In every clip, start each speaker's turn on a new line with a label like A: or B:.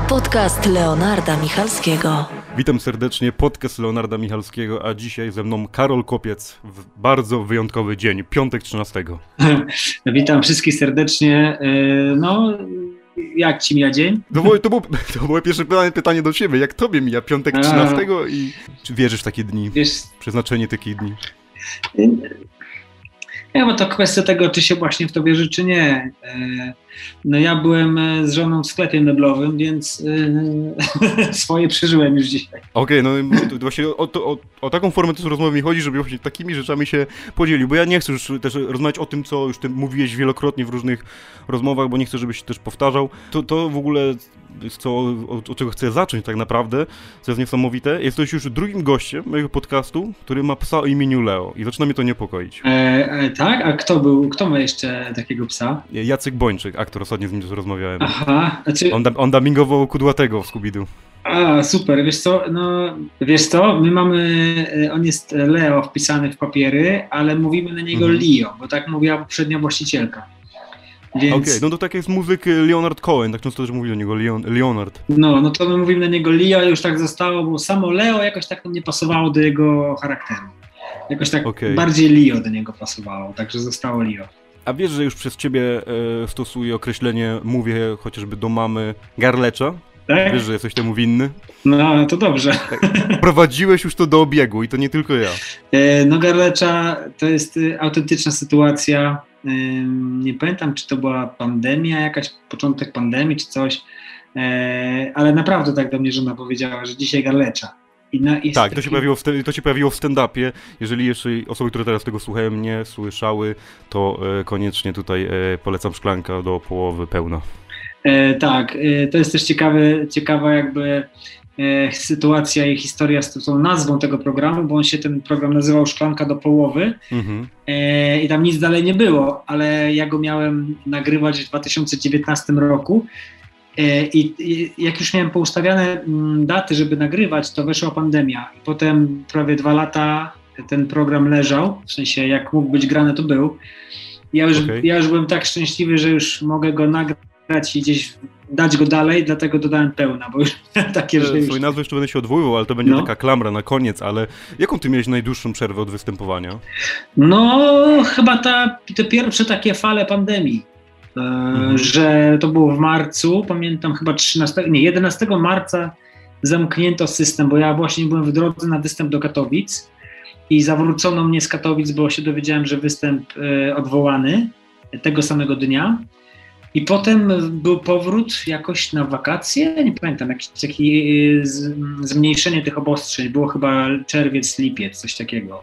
A: Podcast Leonarda Michalskiego.
B: Witam serdecznie, podcast Leonarda Michalskiego, a dzisiaj ze mną Karol Kopiec w bardzo wyjątkowy dzień, piątek 13.
C: Witam wszystkich serdecznie. Jak ci mija dzień?
B: To było pierwsze pytanie do ciebie. Jak tobie mija piątek 13 i czy wierzysz w takie dni? Przeznaczenie takich dni?
C: Bo to kwestia tego, czy się właśnie w to wierzy, czy nie. Ja byłem z żoną w sklepie meblowym, więc swoje przeżyłem już dzisiaj.
B: Okej, to właśnie o taką formę też rozmowy mi chodzi, żeby właśnie takimi rzeczami się podzielił, bo ja nie chcę już też rozmawiać o tym, co już ty mówiłeś wielokrotnie w różnych rozmowach, bo nie chcę, żebyś też powtarzał. To w ogóle jest od czego chcę zacząć tak naprawdę, co jest niesamowite. Jesteś już drugim gościem mojego podcastu, który ma psa o imieniu Leo i zaczyna mnie to niepokoić.
C: Tak? A kto ma jeszcze takiego psa?
B: Jacek Bończyk, aktor, ostatnio z nim też rozmawiałem.
C: Aha.
B: On dubbingował Kudłatego w Scooby-Doo.
C: Super, wiesz co, my mamy, on jest Leo wpisany w papiery, ale mówimy na niego Leo, bo tak mówiła poprzednia właścicielka. Więc...
B: Okej, to tak jest muzyk Leonard Cohen, tak często też mówi do niego Leonard.
C: No to my mówimy na niego Leo i już tak zostało, bo samo Leo jakoś tak nie pasowało do jego charakteru. Jakoś tak bardziej Leo do niego pasowało, także zostało Leo.
B: A wiesz, że już przez ciebie stosuję określenie, mówię chociażby do mamy, garlecza?
C: Tak?
B: Wiesz, że jesteś temu winny?
C: No, to dobrze.
B: Tak. Prowadziłeś już to do obiegu i to nie tylko ja.
C: Garlecza to jest autentyczna sytuacja. Nie pamiętam, czy to była pandemia, jakaś początek pandemii, czy coś, ale naprawdę tak do mnie żona powiedziała, że dzisiaj garlecza.
B: Tak, to się pojawiło w stand-upie. Jeżeli jeszcze osoby, które teraz tego słuchają, nie słyszały, to koniecznie tutaj polecam szklanka do połowy pełna.
C: Tak, to jest też ciekawa jakby sytuacja i historia z tą nazwą tego programu, bo ten program nazywał Szklanka do połowy i tam nic dalej nie było, ale ja go miałem nagrywać w 2019 roku i jak już miałem poustawiane daty, żeby nagrywać, to weszła pandemia i potem prawie 2 lata ten program leżał, w sensie jak mógł być grany, to był. Ja już byłem tak szczęśliwy, że już mogę go nagrać i gdzieś dać go dalej, dlatego dodałem pełna, bo już takie rzeczy.
B: Swoją nazwę jeszcze będę się odwoływał, ale to będzie taka klamra na koniec, ale jaką ty miałeś najdłuższą przerwę od występowania?
C: Chyba te pierwsze takie fale pandemii, że to było w marcu, pamiętam chyba 11 marca zamknięto system, bo ja właśnie byłem w drodze na występ do Katowic i zawrócono mnie z Katowic, bo się dowiedziałem, że występ odwołany tego samego dnia. I potem był powrót jakoś na wakacje, nie pamiętam, jakieś takie zmniejszenie tych obostrzeń, było chyba czerwiec, lipiec, coś takiego.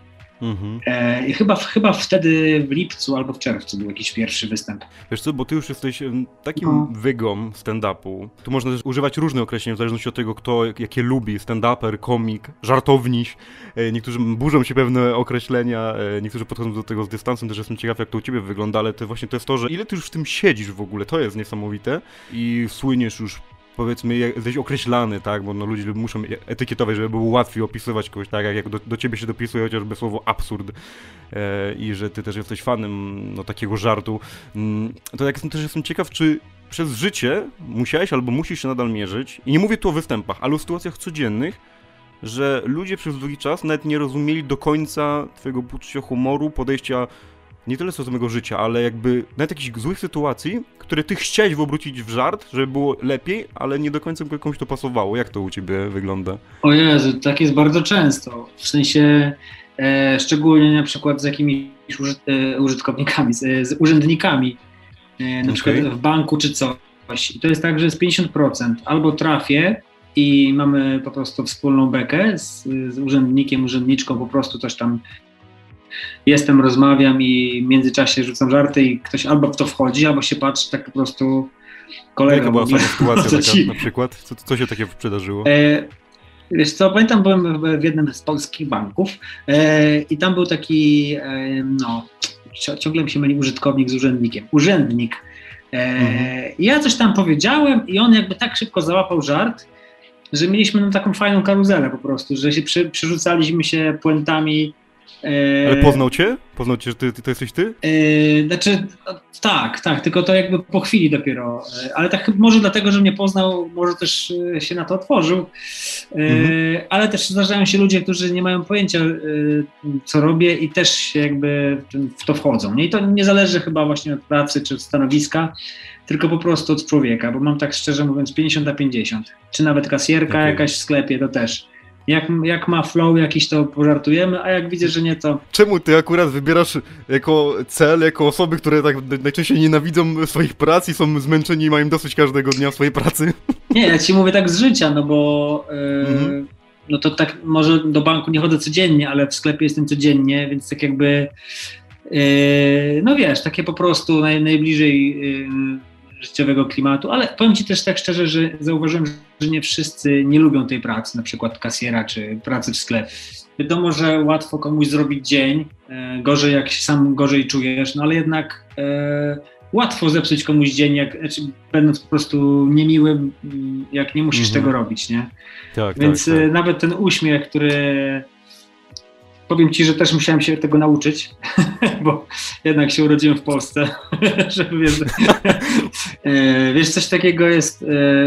C: I chyba wtedy w lipcu albo w czerwcu był jakiś pierwszy występ.
B: Wiesz co, bo ty już jesteś takim wygą stand-upu. Tu można też używać różnych określeń, w zależności od tego, kto jakie lubi. Stand-uper, komik, żartowniś. Niektórzy burzą się pewne określenia, niektórzy podchodzą do tego z dystansem. Też jestem ciekaw, jak to u ciebie wygląda, ale to właśnie to jest to, że ile ty już w tym siedzisz w ogóle, to jest niesamowite. I słyniesz już, powiedzmy, jesteś określany, tak, bo ludzie muszą etykietować, żeby było łatwiej opisywać kogoś, tak, jak do ciebie się dopisuje chociażby słowo absurd i że ty też jesteś fanem takiego żartu, to też jestem ciekaw, czy przez życie musiałeś albo musisz się nadal mierzyć, i nie mówię tu o występach, ale o sytuacjach codziennych, że ludzie przez długi czas nawet nie rozumieli do końca twojego poczucia humoru, podejścia nie tyle co samego życia, ale jakby nawet jakichś złych sytuacji, które ty chciałeś obrócić w żart, żeby było lepiej, ale nie do końca komuś to pasowało. Jak to u ciebie wygląda?
C: O Jezu, tak jest bardzo często. W sensie szczególnie na przykład z jakimiś użytkownikami, z urzędnikami, na przykład w banku czy coś. I to jest tak, że jest 50%. Albo trafię i mamy po prostu wspólną bekę z urzędnikiem, urzędniczką, po prostu coś tam rozmawiam i w międzyczasie rzucam żarty i ktoś albo w to wchodzi, albo się patrzy tak po prostu kolega.
B: Jaka była ostatnia sytuacja taka, na przykład? Co się takiego przydarzyło?
C: Wiesz co, pamiętam, byłem w jednym z polskich banków i tam był taki, ciągle mi się myli użytkownik z urzędnikiem. Urzędnik. Ja coś tam powiedziałem i on jakby tak szybko załapał żart, że mieliśmy taką fajną karuzelę po prostu, że się przerzucaliśmy się puentami
B: Ale poznał cię? Poznał cię, że to jesteś ty?
C: Znaczy, tak, tylko to jakby po chwili dopiero. Ale tak może dlatego, że mnie poznał, może też się na to otworzył. Ale też zdarzają się ludzie, którzy nie mają pojęcia, co robię i też się jakby w to wchodzą. Nie? I to nie zależy chyba właśnie od pracy czy od stanowiska, tylko po prostu od człowieka, bo mam tak szczerze mówiąc 50/50. Czy nawet kasjerka jakaś w sklepie, to też. Jak ma flow jakiś, to pożartujemy, a jak widzę, że nie, to...
B: Czemu ty akurat wybierasz jako cel, jako osoby, które tak najczęściej nienawidzą swoich prac i są zmęczeni i mają dosyć każdego dnia swojej pracy?
C: Nie, ja ci mówię tak z życia, no bo no to tak może do banku nie chodzę codziennie, ale w sklepie jestem codziennie, więc tak jakby no wiesz, takie po prostu najbliżej życiowego klimatu, ale powiem ci też tak szczerze, że zauważyłem, że nie wszyscy nie lubią tej pracy, na przykład kasjera czy pracy w sklepie. Wiadomo, że łatwo komuś zrobić dzień, gorzej jak się sam gorzej czujesz, no ale jednak łatwo zepsuć komuś dzień, będąc po prostu niemiłym, jak nie musisz tego robić, nie?
B: Tak,
C: więc
B: tak.
C: Nawet ten uśmiech, który... Powiem ci, że też musiałem się tego nauczyć, bo jednak się urodziłem w Polsce, żeby wiesz, coś takiego jest,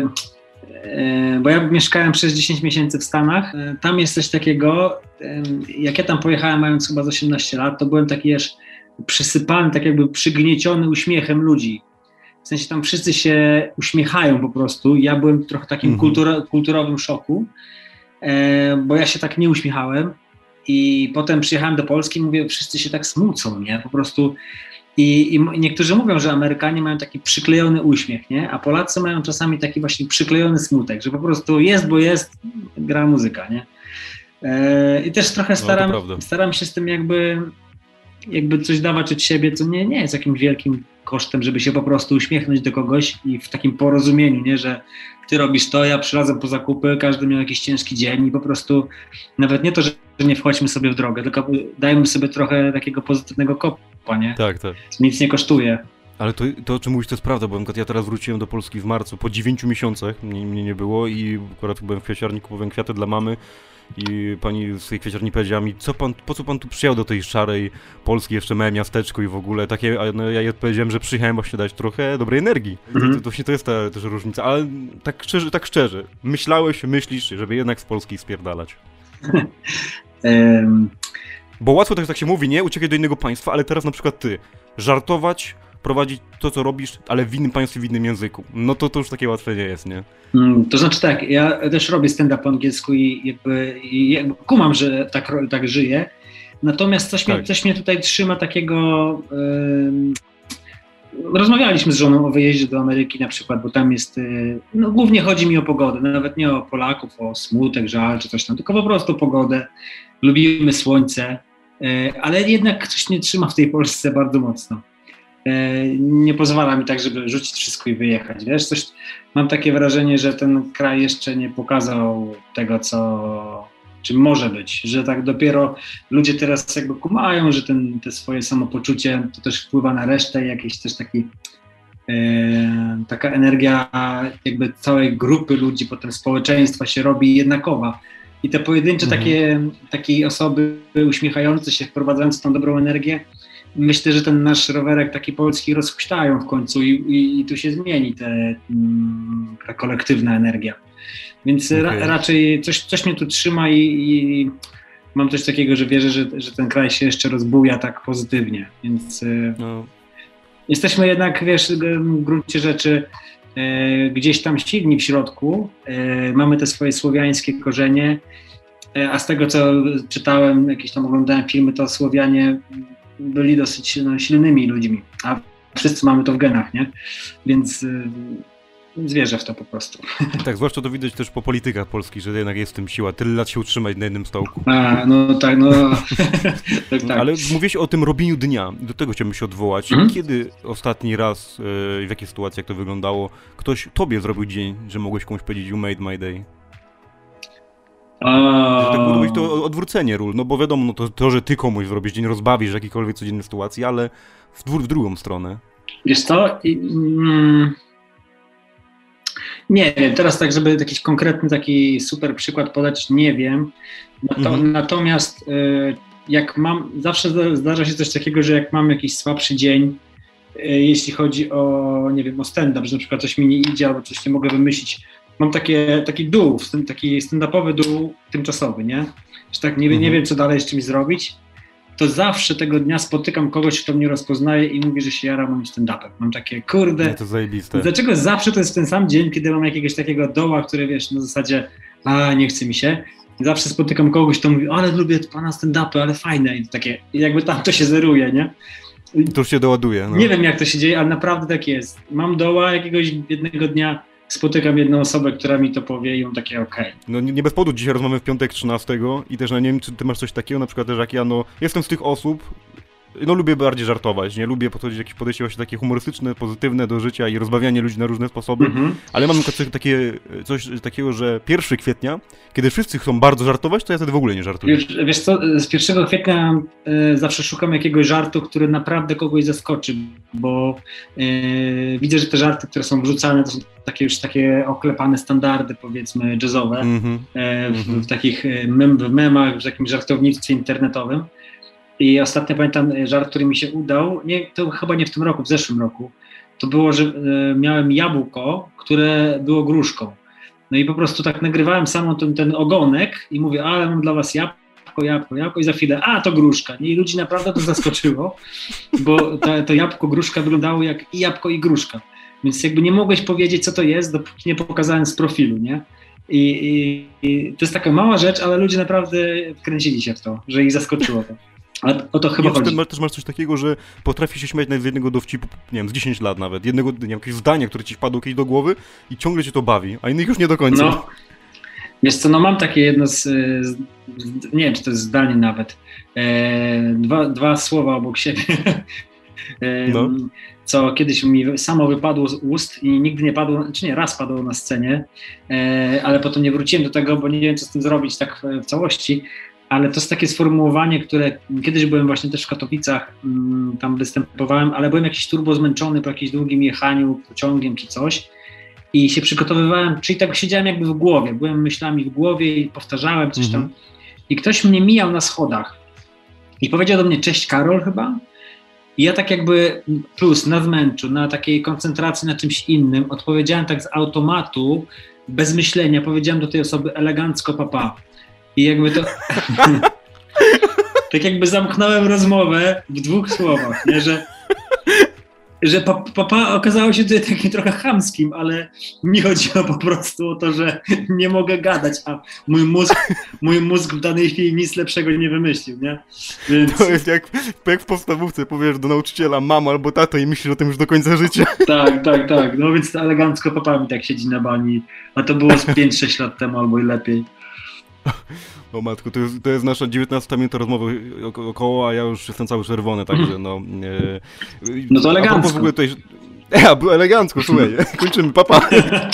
C: bo ja mieszkałem przez 10 miesięcy w Stanach, tam jest coś takiego, jak ja tam pojechałem mając chyba z 18 lat, to byłem taki aż przysypany, tak jakby przygnieciony uśmiechem ludzi. W sensie tam wszyscy się uśmiechają po prostu, ja byłem trochę w takim kulturowym szoku, bo ja się tak nie uśmiechałem. I potem przyjechałem do Polski i mówię, wszyscy się tak smucą, nie? Po prostu. I niektórzy mówią, że Amerykanie mają taki przyklejony uśmiech, nie? A Polacy mają czasami taki właśnie przyklejony smutek, że po prostu jest, bo jest, gra muzyka, nie? I też trochę staram się z tym jakby coś dawać od siebie, co nie jest jakimś wielkim kosztem, żeby się po prostu uśmiechnąć do kogoś i w takim porozumieniu, nie? Że ty robisz to, ja przylazłem po zakupy, każdy miał jakiś ciężki dzień i po prostu nawet nie to, że nie wchodźmy sobie w drogę, tylko dajmy sobie trochę takiego pozytywnego kopa, nie?
B: Tak.
C: Nic nie kosztuje.
B: Ale to o czym mówisz, to jest prawda, bo ja teraz wróciłem do Polski w marcu, po 9 miesiącach mnie nie było i akurat byłem w kwiaciarni, kupowałem kwiaty dla mamy i pani z tej kwiaciarni powiedziała mi, po co pan tu przyjechał do tej szarej Polski, jeszcze małe miasteczko i w ogóle takie, a no, ja jej odpowiedziałem, że przyjechałem właśnie dać trochę dobrej energii. To jest ta też różnica, ale tak szczerze, myślisz, żeby jednak z Polski spierdalać? Bo łatwo tak się mówi, nie? Uciekać do innego państwa, ale teraz na przykład ty, żartować, prowadzić to, co robisz, ale w innym państwie, w innym języku. No to już takie łatwe nie jest, nie?
C: To znaczy tak, ja też robię stand-up po angielsku i jakby kumam, że tak żyję. Natomiast coś mnie tutaj trzyma takiego... Rozmawialiśmy z żoną o wyjeździe do Ameryki na przykład, bo tam jest... No głównie chodzi mi o pogodę, nawet nie o Polaków, o smutek, żal czy coś tam, tylko po prostu pogodę. Lubimy słońce, ale jednak coś mnie trzyma w tej Polsce bardzo mocno. Nie pozwala mi tak, żeby rzucić wszystko i wyjechać. Wiesz, mam takie wrażenie, że ten kraj jeszcze nie pokazał tego, czym może być, że tak dopiero ludzie teraz jakby kumają, że te swoje samopoczucie to też wpływa na resztę i jakiś też taka energia jakby całej grupy ludzi, potem społeczeństwa się robi jednakowa. I te pojedyncze takie osoby uśmiechające się, wprowadzające tą dobrą energię, myślę, że ten nasz rowerek taki polski rozhuśtają w końcu i tu się zmieni ta kolektywna energia. Więc raczej coś mnie tu trzyma i mam coś takiego, że wierzę, że ten kraj się jeszcze rozbuja tak pozytywnie. Więc jesteśmy jednak, wiesz, w gruncie rzeczy gdzieś tam silni w środku. Mamy te swoje słowiańskie korzenie, a z tego, co czytałem, jakieś tam oglądałem filmy, to Słowianie byli dosyć silnymi ludźmi, a wszyscy mamy to w genach, nie? Więc wierzę w to po prostu.
B: Tak, zwłaszcza to widać też po politykach polskich, że jednak jest w tym siła. Tyle lat się utrzymać na jednym stołku.
C: No tak. Tak.
B: Ale mówiłeś o tym robieniu dnia. Do tego chciałbym się odwołać. Kiedy ostatni raz, w jakiej sytuacji, jak to wyglądało, ktoś tobie zrobił dzień, że mogłeś komuś powiedzieć you made my day? Tak powinno być to odwrócenie ról, no bo wiadomo, no to, że ty komuś zrobisz dzień, rozbawisz w jakiejkolwiek codziennej sytuacji, ale w drugą stronę. Wiesz co?
C: Nie wiem, teraz tak, żeby jakiś konkretny taki super przykład podać, nie wiem. Natomiast zawsze zdarza się coś takiego, że jak mam jakiś słabszy dzień, jeśli chodzi o, nie wiem, o stand-up, że na przykład coś mi nie idzie albo coś nie mogę wymyślić, mam taki dół, taki stand-upowy dół tymczasowy, nie? Że tak nie wiem, co dalej z czymś zrobić, to zawsze tego dnia spotykam kogoś, kto mnie rozpoznaje i mówi, że się jara moim stand-upem. Mam takie, kurde,
B: to zajebiste.
C: Dlaczego zawsze to jest ten sam dzień, kiedy mam jakiegoś takiego doła, które wiesz, na zasadzie, nie chce mi się. I zawsze spotykam kogoś, kto mówi, ale lubię pana stand-upy, ale fajne. I to takie, jakby tam to się zeruje, nie?
B: To już się doładuje. No.
C: Nie wiem, jak to się dzieje, ale naprawdę tak jest. Mam doła jakiegoś jednego dnia, spotykam jedną osobę, która mi to powie i ją takie okej.
B: No nie bez powodu dzisiaj rozmawiamy w piątek 13 i też nie wiem, czy ty masz coś takiego, na przykład też jak ja, jestem z tych osób, lubię bardziej żartować, nie? Lubię podchodzić jakieś podejście właśnie takie humorystyczne, pozytywne do życia i rozbawianie ludzi na różne sposoby, ale mam na przykład coś takiego, że 1 kwietnia, kiedy wszyscy chcą bardzo żartować, to ja wtedy w ogóle nie żartuję.
C: Wiesz co, z 1 kwietnia zawsze szukam jakiegoś żartu, który naprawdę kogoś zaskoczy, bo widzę, że te żarty, które są wrzucane, to są takie oklepane standardy, powiedzmy, jazzowe, w takich w memach, w takim żartownictwie internetowym. I ostatnio pamiętam żart, który mi się udał, to chyba nie w tym roku, w zeszłym roku, to było, że miałem jabłko, które było gruszką. No i po prostu tak nagrywałem samą ten ogonek i mówię, ale mam dla was jabłko i za chwilę, to gruszka. I ludzi naprawdę to zaskoczyło, bo to jabłko, gruszka wyglądało jak i jabłko i gruszka. Więc jakby nie mogłeś powiedzieć, co to jest, dopóki nie pokazałem z profilu, nie? I to jest taka mała rzecz, ale ludzie naprawdę wkręcili się w to, że ich zaskoczyło to. Ale o to chyba chodzi.
B: Też masz coś takiego, że potrafisz się śmiać nawet z jednego dowcipu, nie wiem, z 10 lat nawet, jakieś zdanie, które ci wpadło kiedyś do głowy i ciągle cię to bawi, a innych już nie do końca.
C: No, wiesz co, mam takie jedno nie wiem, czy to jest zdanie nawet, dwa słowa obok siebie, co kiedyś mi samo wypadło z ust i nigdy nie padło, czy nie, raz padło na scenie, ale potem nie wróciłem do tego, bo nie wiem, co z tym zrobić tak w całości. Ale to jest takie sformułowanie, które kiedyś byłem właśnie też w Katowicach, tam występowałem, ale byłem jakiś turbo zmęczony po jakimś długim jechaniu pociągiem czy coś i się przygotowywałem, czyli tak siedziałem jakby w głowie, byłem myślami w głowie i powtarzałem coś tam i ktoś mnie mijał na schodach i powiedział do mnie, cześć Karol chyba, i ja tak jakby na zmęczu, na takiej koncentracji na czymś innym odpowiedziałem tak z automatu, bez myślenia, powiedziałem do tej osoby elegancko papa. I jakby to... tak jakby zamknąłem rozmowę w 2 słowach, nie? Że papa okazało się tutaj takim trochę chamskim, ale mi chodziło po prostu o to, że nie mogę gadać, a mój mózg w danej chwili nic lepszego nie wymyślił, nie? Więc...
B: To jest jak w podstawówce powiesz do nauczyciela mamo albo tato i myślisz o tym już do końca życia.
C: Tak. No więc to elegancko papa mi tak siedzi na bani, a to było z 5-6 lat temu albo i lepiej.
B: O matko, to jest nasza 19 minuta rozmowy około, a ja już jestem cały czerwony, także
C: No to elegancko.
B: W ogóle tutaj... było elegancko, słuchaj, kończymy, papa.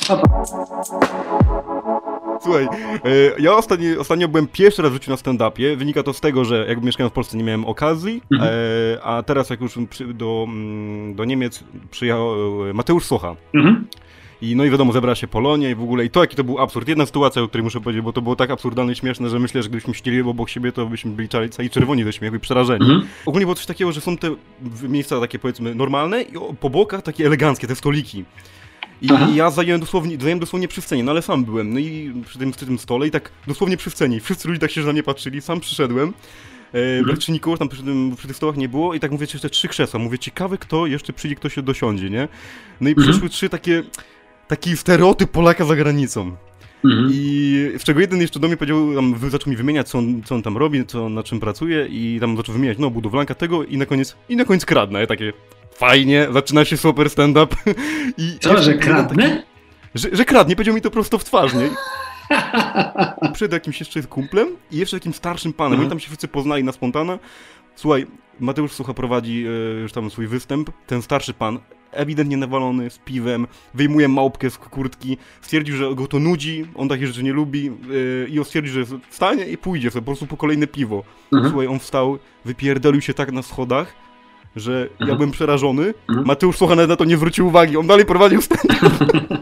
B: Słuchaj, ja ostatnio byłem pierwszy raz w życiu na stand-upie. Wynika to z tego, że jakby mieszkałem w Polsce, nie miałem okazji, a teraz jak już do Niemiec przyjechał Mateusz Socha. I wiadomo, zebrała się Polonia i w ogóle, i to jaki to był absurd. Jedna sytuacja, o której muszę powiedzieć, bo to było tak absurdalnie i śmieszne, że myślę, że gdybyśmy siedzieli obok siebie, to byśmy byli cali czerwoni ze śmiechu i przerażeni. Ogólnie było coś takiego, że są te miejsca takie, powiedzmy, normalne i po bokach takie eleganckie, te stoliki. I ja zająłem dosłownie przy scenie, ale sam byłem, no i przy tym stole i tak dosłownie przy scenie. Wszyscy ludzie tak się na mnie patrzyli, sam przyszedłem. Czy nikogo tam przy tych stołach nie było i tak mówię, jeszcze 3 krzesła. Mówię, ciekawe kto jeszcze przyjdzie, kto się dosiądzie, nie? No i przyszły 3 taki stereotyp Polaka za granicą. I z czego jeden jeszcze do mnie powiedział, zaczął mi wymieniać, co on tam robi, na czym pracuje i tam zaczął wymieniać, budowlanka tego i na koniec kradnę. Ja takie, fajnie, zaczyna się super stand-up.
C: Co, że kradnę?
B: Że kradnie, powiedział mi to prosto w twarz, nie? Przed jakimś jeszcze kumplem i jeszcze takim starszym panem. Oni tam się wszyscy poznali na spontana. Słuchaj, Mateusz Sucha prowadzi już tam swój występ. Ten starszy pan, ewidentnie nawalony, z piwem, wyjmuje małpkę z kurtki, stwierdził, że go to nudzi, on takich rzeczy nie lubi i on stwierdził, że wstanie i pójdzie sobie po prostu po kolejne piwo. Słuchaj, on wstał, wypierdolił się tak na schodach, że ja byłem przerażony. Mateusz Sucha nawet na to nie zwrócił uwagi, on dalej prowadził stand-up.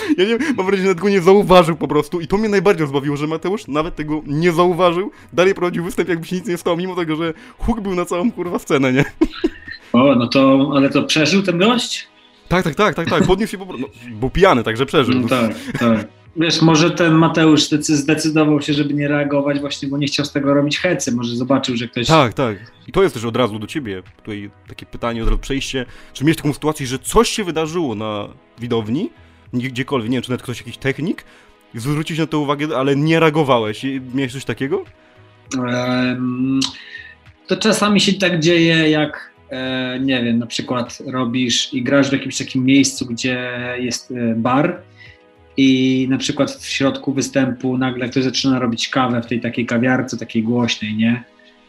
B: Ja nie mam wrażenie, że nawet go nie zauważył po prostu i to mnie najbardziej rozbawiło, że Mateusz nawet tego nie zauważył, dalej prowadził występ, jakby się nic nie stało, mimo tego, że huk był na całą kurwa scenę, nie?
C: O, no to, ale to przeżył ten gość?
B: Tak, podniósł się po prostu, no, był pijany, także przeżył.
C: No tak. Wiesz, może ten Mateusz zdecydował się, żeby nie reagować właśnie, bo nie chciał z tego robić hecy, może zobaczył, że ktoś...
B: Tak. I to jest też od razu do ciebie, tutaj takie pytanie, od razu przejście, czy miałeś taką sytuację, że coś się wydarzyło na widowni, gdziekolwiek, nie wiem, czy nawet ktoś, jakiś technik, i zwróciłeś na to uwagę, ale nie reagowałeś. Miałeś coś takiego?
C: To czasami się tak dzieje, jak nie wiem, na przykład robisz i grasz w jakimś takim miejscu, gdzie jest bar i na przykład w środku występu nagle ktoś zaczyna robić kawę w tej takiej kawiarce, takiej głośnej, nie?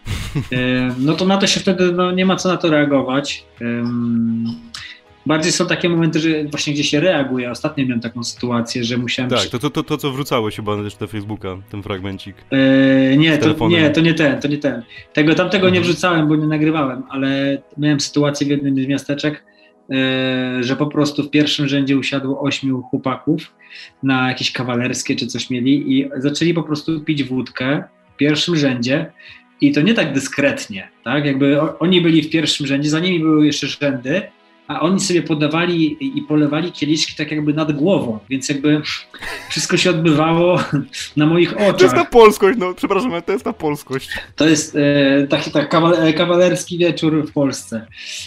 C: No to na to się wtedy nie ma co na to reagować. Bardziej są takie momenty, że właśnie gdzie się reaguje. Ostatnio miałem taką sytuację, że musiałem...
B: Tak, to co wrzucałeś chyba też na Facebooka, ten fragmencik.
C: Nie, to nie ten. Tamtego nie wrzucałem, bo nie nagrywałem, ale miałem sytuację w jednym z miasteczek, że po prostu w pierwszym rzędzie usiadło 8 chłopaków na jakieś kawalerskie czy coś mieli i zaczęli po prostu pić wódkę w pierwszym rzędzie i to nie tak dyskretnie, tak? Jakby oni byli w pierwszym rzędzie, za nimi były jeszcze rzędy, a oni sobie podawali i polewali kieliszki tak jakby nad głową, więc jakby wszystko się odbywało na moich oczach.
B: To jest ta polskość, przepraszam, ale to jest ta polskość.
C: To jest taki kawalerski wieczór w Polsce.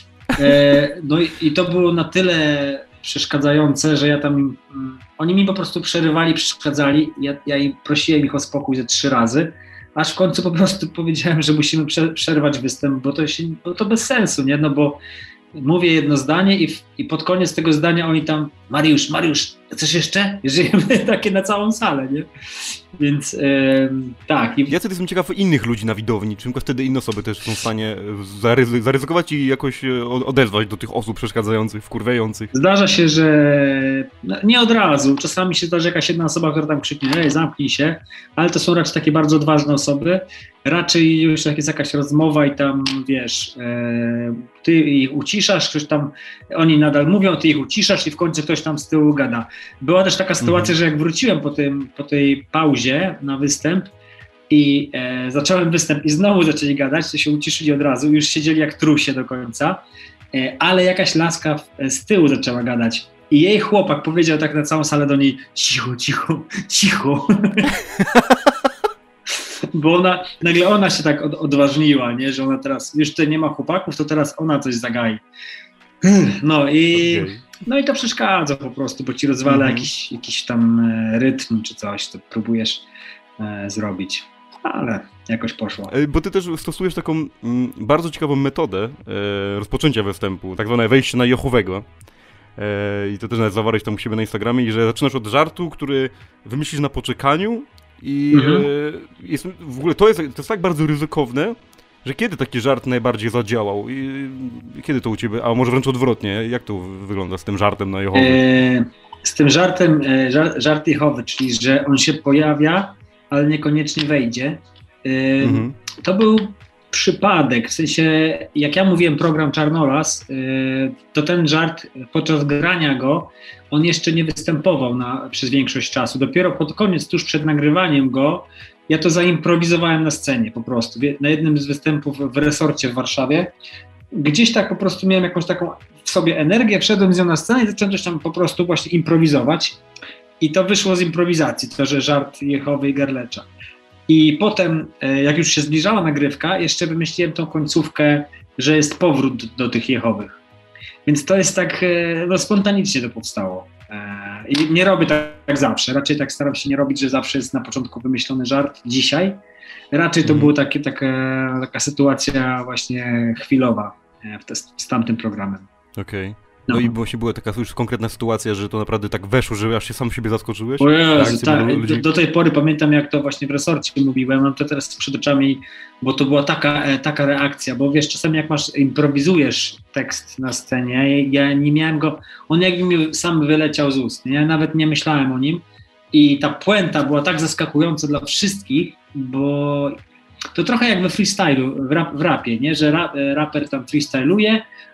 C: No i to było na tyle przeszkadzające, że ja tam, oni mi po prostu przeszkadzali, ja prosiłem ich o spokój ze 3 razy, aż w końcu po prostu powiedziałem, że musimy przerwać występ, bo to bez sensu, nie? No bo mówię jedno zdanie i pod koniec tego zdania oni tam Mariusz, coś jeszcze? Żyjemy takie na całą salę, nie? Więc tak.
B: Ja wtedy jestem ciekaw innych ludzi na widowni, czy wtedy inne osoby też są w stanie zaryzykować i jakoś odezwać do tych osób przeszkadzających, wkurwiających.
C: Zdarza się, że nie od razu. Czasami się zdarzy jakaś jedna osoba, która tam krzyknie, zamknij się, ale to są raczej takie bardzo odważne osoby. Raczej już jak jest jakaś rozmowa i tam, wiesz, ty ich uciszasz, ktoś tam, oni nadal mówią, ty ich uciszasz i w końcu ktoś tam z tyłu gada. Była też taka sytuacja, że jak wróciłem po tej pauzie na występ i zacząłem występ i znowu zaczęli gadać, to się uciszyli od razu, już siedzieli jak trusie do końca, ale jakaś laska z tyłu zaczęła gadać i jej chłopak powiedział tak na całą salę do niej, cicho. Bo nagle ona się tak odważniła, nie? Że ona teraz, już tutaj nie ma chłopaków, to teraz ona coś zagai. No i to przeszkadza po prostu, bo ci rozwala jakiś tam rytm czy coś, to próbujesz zrobić, ale jakoś poszło.
B: Bo ty też stosujesz taką bardzo ciekawą metodę rozpoczęcia występu, tak zwane wejście na Jehowego. I to też nawet zawarłeś tam u siebie na Instagramie, i że zaczynasz od żartu, który wymyślisz na poczekaniu i jest, w ogóle to jest tak bardzo ryzykowne, że kiedy taki żart najbardziej zadziałał? I kiedy to u ciebie, a może wręcz odwrotnie, jak to wygląda z tym żartem na Jehowy?
C: Z tym żartem, żart Jehowy, czyli że on się pojawia, ale niekoniecznie wejdzie. To był przypadek, w sensie jak ja mówiłem program Czarnolas, to ten żart podczas grania go, on jeszcze nie występował przez większość czasu. Dopiero pod koniec, tuż przed nagrywaniem go, ja to zaimprowizowałem na scenie po prostu. Na jednym z występów w Resorcie w Warszawie. Gdzieś tak po prostu miałem jakąś taką w sobie energię, wszedłem z nią na scenę i zacząłem coś tam po prostu właśnie improwizować. I to wyszło z improwizacji, to, że żart Jehowy i Garlecza. I potem, jak już się zbliżała nagrywka, jeszcze wymyśliłem tą końcówkę, że jest powrót do tych Jehowych. Więc to jest tak, spontanicznie to powstało. I nie robię tak zawsze. Raczej tak staram się nie robić, że zawsze jest na początku wymyślony żart. Dzisiaj raczej to była taka sytuacja właśnie chwilowa z tamtym programem.
B: Okej. No i właśnie była taka już konkretna sytuacja, że to naprawdę tak weszło, że aż się sam siebie zaskoczyłeś?
C: O Jezu, tak. Do tej pory pamiętam, jak to właśnie w Resorcie mówiłem, mam to teraz przed oczami, bo to była taka reakcja, bo wiesz, czasami jak improwizujesz tekst na scenie, ja nie miałem go, on jakby mi sam wyleciał z ust, nie? Ja nawet nie myślałem o nim i ta puenta była tak zaskakująca dla wszystkich, bo to trochę jak we freestylu, w rapie, nie? Że raper tam freestyluje,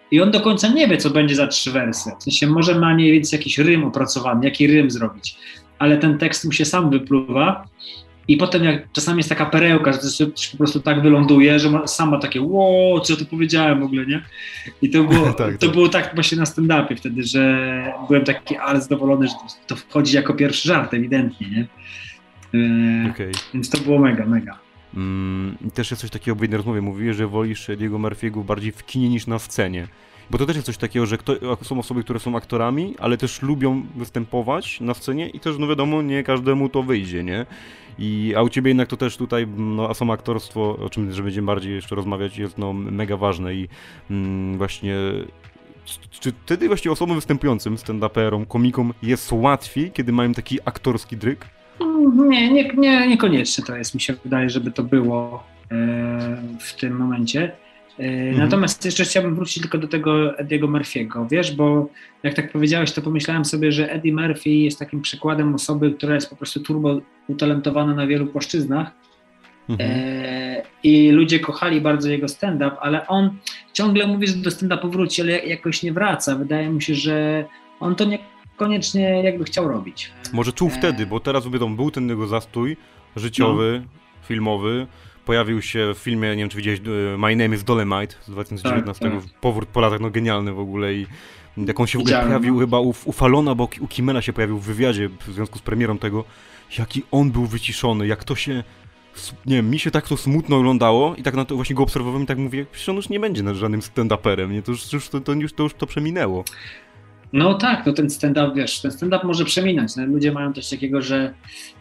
C: i on do końca nie wie, co będzie za 3 wersy. W sensie może ma mniej więcej jakiś rym opracowany, jaki rym zrobić, ale ten tekst mu się sam wypluwa i potem jak czasami jest taka perełka, że to po prostu tak wyląduje, że sam ma takie wow, co tu powiedziałem w ogóle, nie? I to było to było tak właśnie na stand-upie wtedy, że byłem taki ale zadowolony, że to wchodzi jako pierwszy żart ewidentnie, nie? Więc to było mega, mega.
B: Też jest coś takiego w jednej rozmowie, mówiłeś, że wolisz Ediego Murphy'ego bardziej w kinie niż na scenie. Bo to też jest coś takiego, że są osoby, które są aktorami, ale też lubią występować na scenie i też, no wiadomo, nie każdemu to wyjdzie, nie? A u ciebie jednak to też tutaj, no, a samo aktorstwo, o czym że będziemy bardziej jeszcze rozmawiać, jest no mega ważne i właśnie... Czy wtedy właśnie osobom występującym, stand-uperom, komikom jest łatwiej, kiedy mają taki aktorski dryg?
C: Niekoniecznie to jest, mi się wydaje, żeby to było w tym momencie. Natomiast jeszcze chciałbym wrócić tylko do tego Ediego Murphy'ego, wiesz, bo jak tak powiedziałeś, to pomyślałem sobie, że Eddie Murphy jest takim przykładem osoby, która jest po prostu turbo utalentowana na wielu płaszczyznach i ludzie kochali bardzo jego stand-up, ale on ciągle mówi, że do stand-upu wróci, ale jakoś nie wraca. Wydaje mi się, że on to niekoniecznie jakby chciał robić.
B: Może czuł wtedy, bo teraz był ten jego zastój życiowy, filmowy. Pojawił się w filmie, nie wiem czy widziałeś, My Name is Dolemite z 2019, tak. Powrót po latach, no genialny w ogóle i jak on się w ogóle pojawił chyba u Fallona, bo u Kimmela się pojawił w wywiadzie w związku z premierą tego, jaki on był wyciszony, jak to się, nie wiem, mi się tak to smutno oglądało i tak na to właśnie go obserwowałem i tak mówię, przecież on już nie będzie żadnym stand-uperem, nie? To już to przeminęło.
C: No tak, no ten stand-up, wiesz, ten stand-up może przeminąć. No, ludzie mają coś takiego, że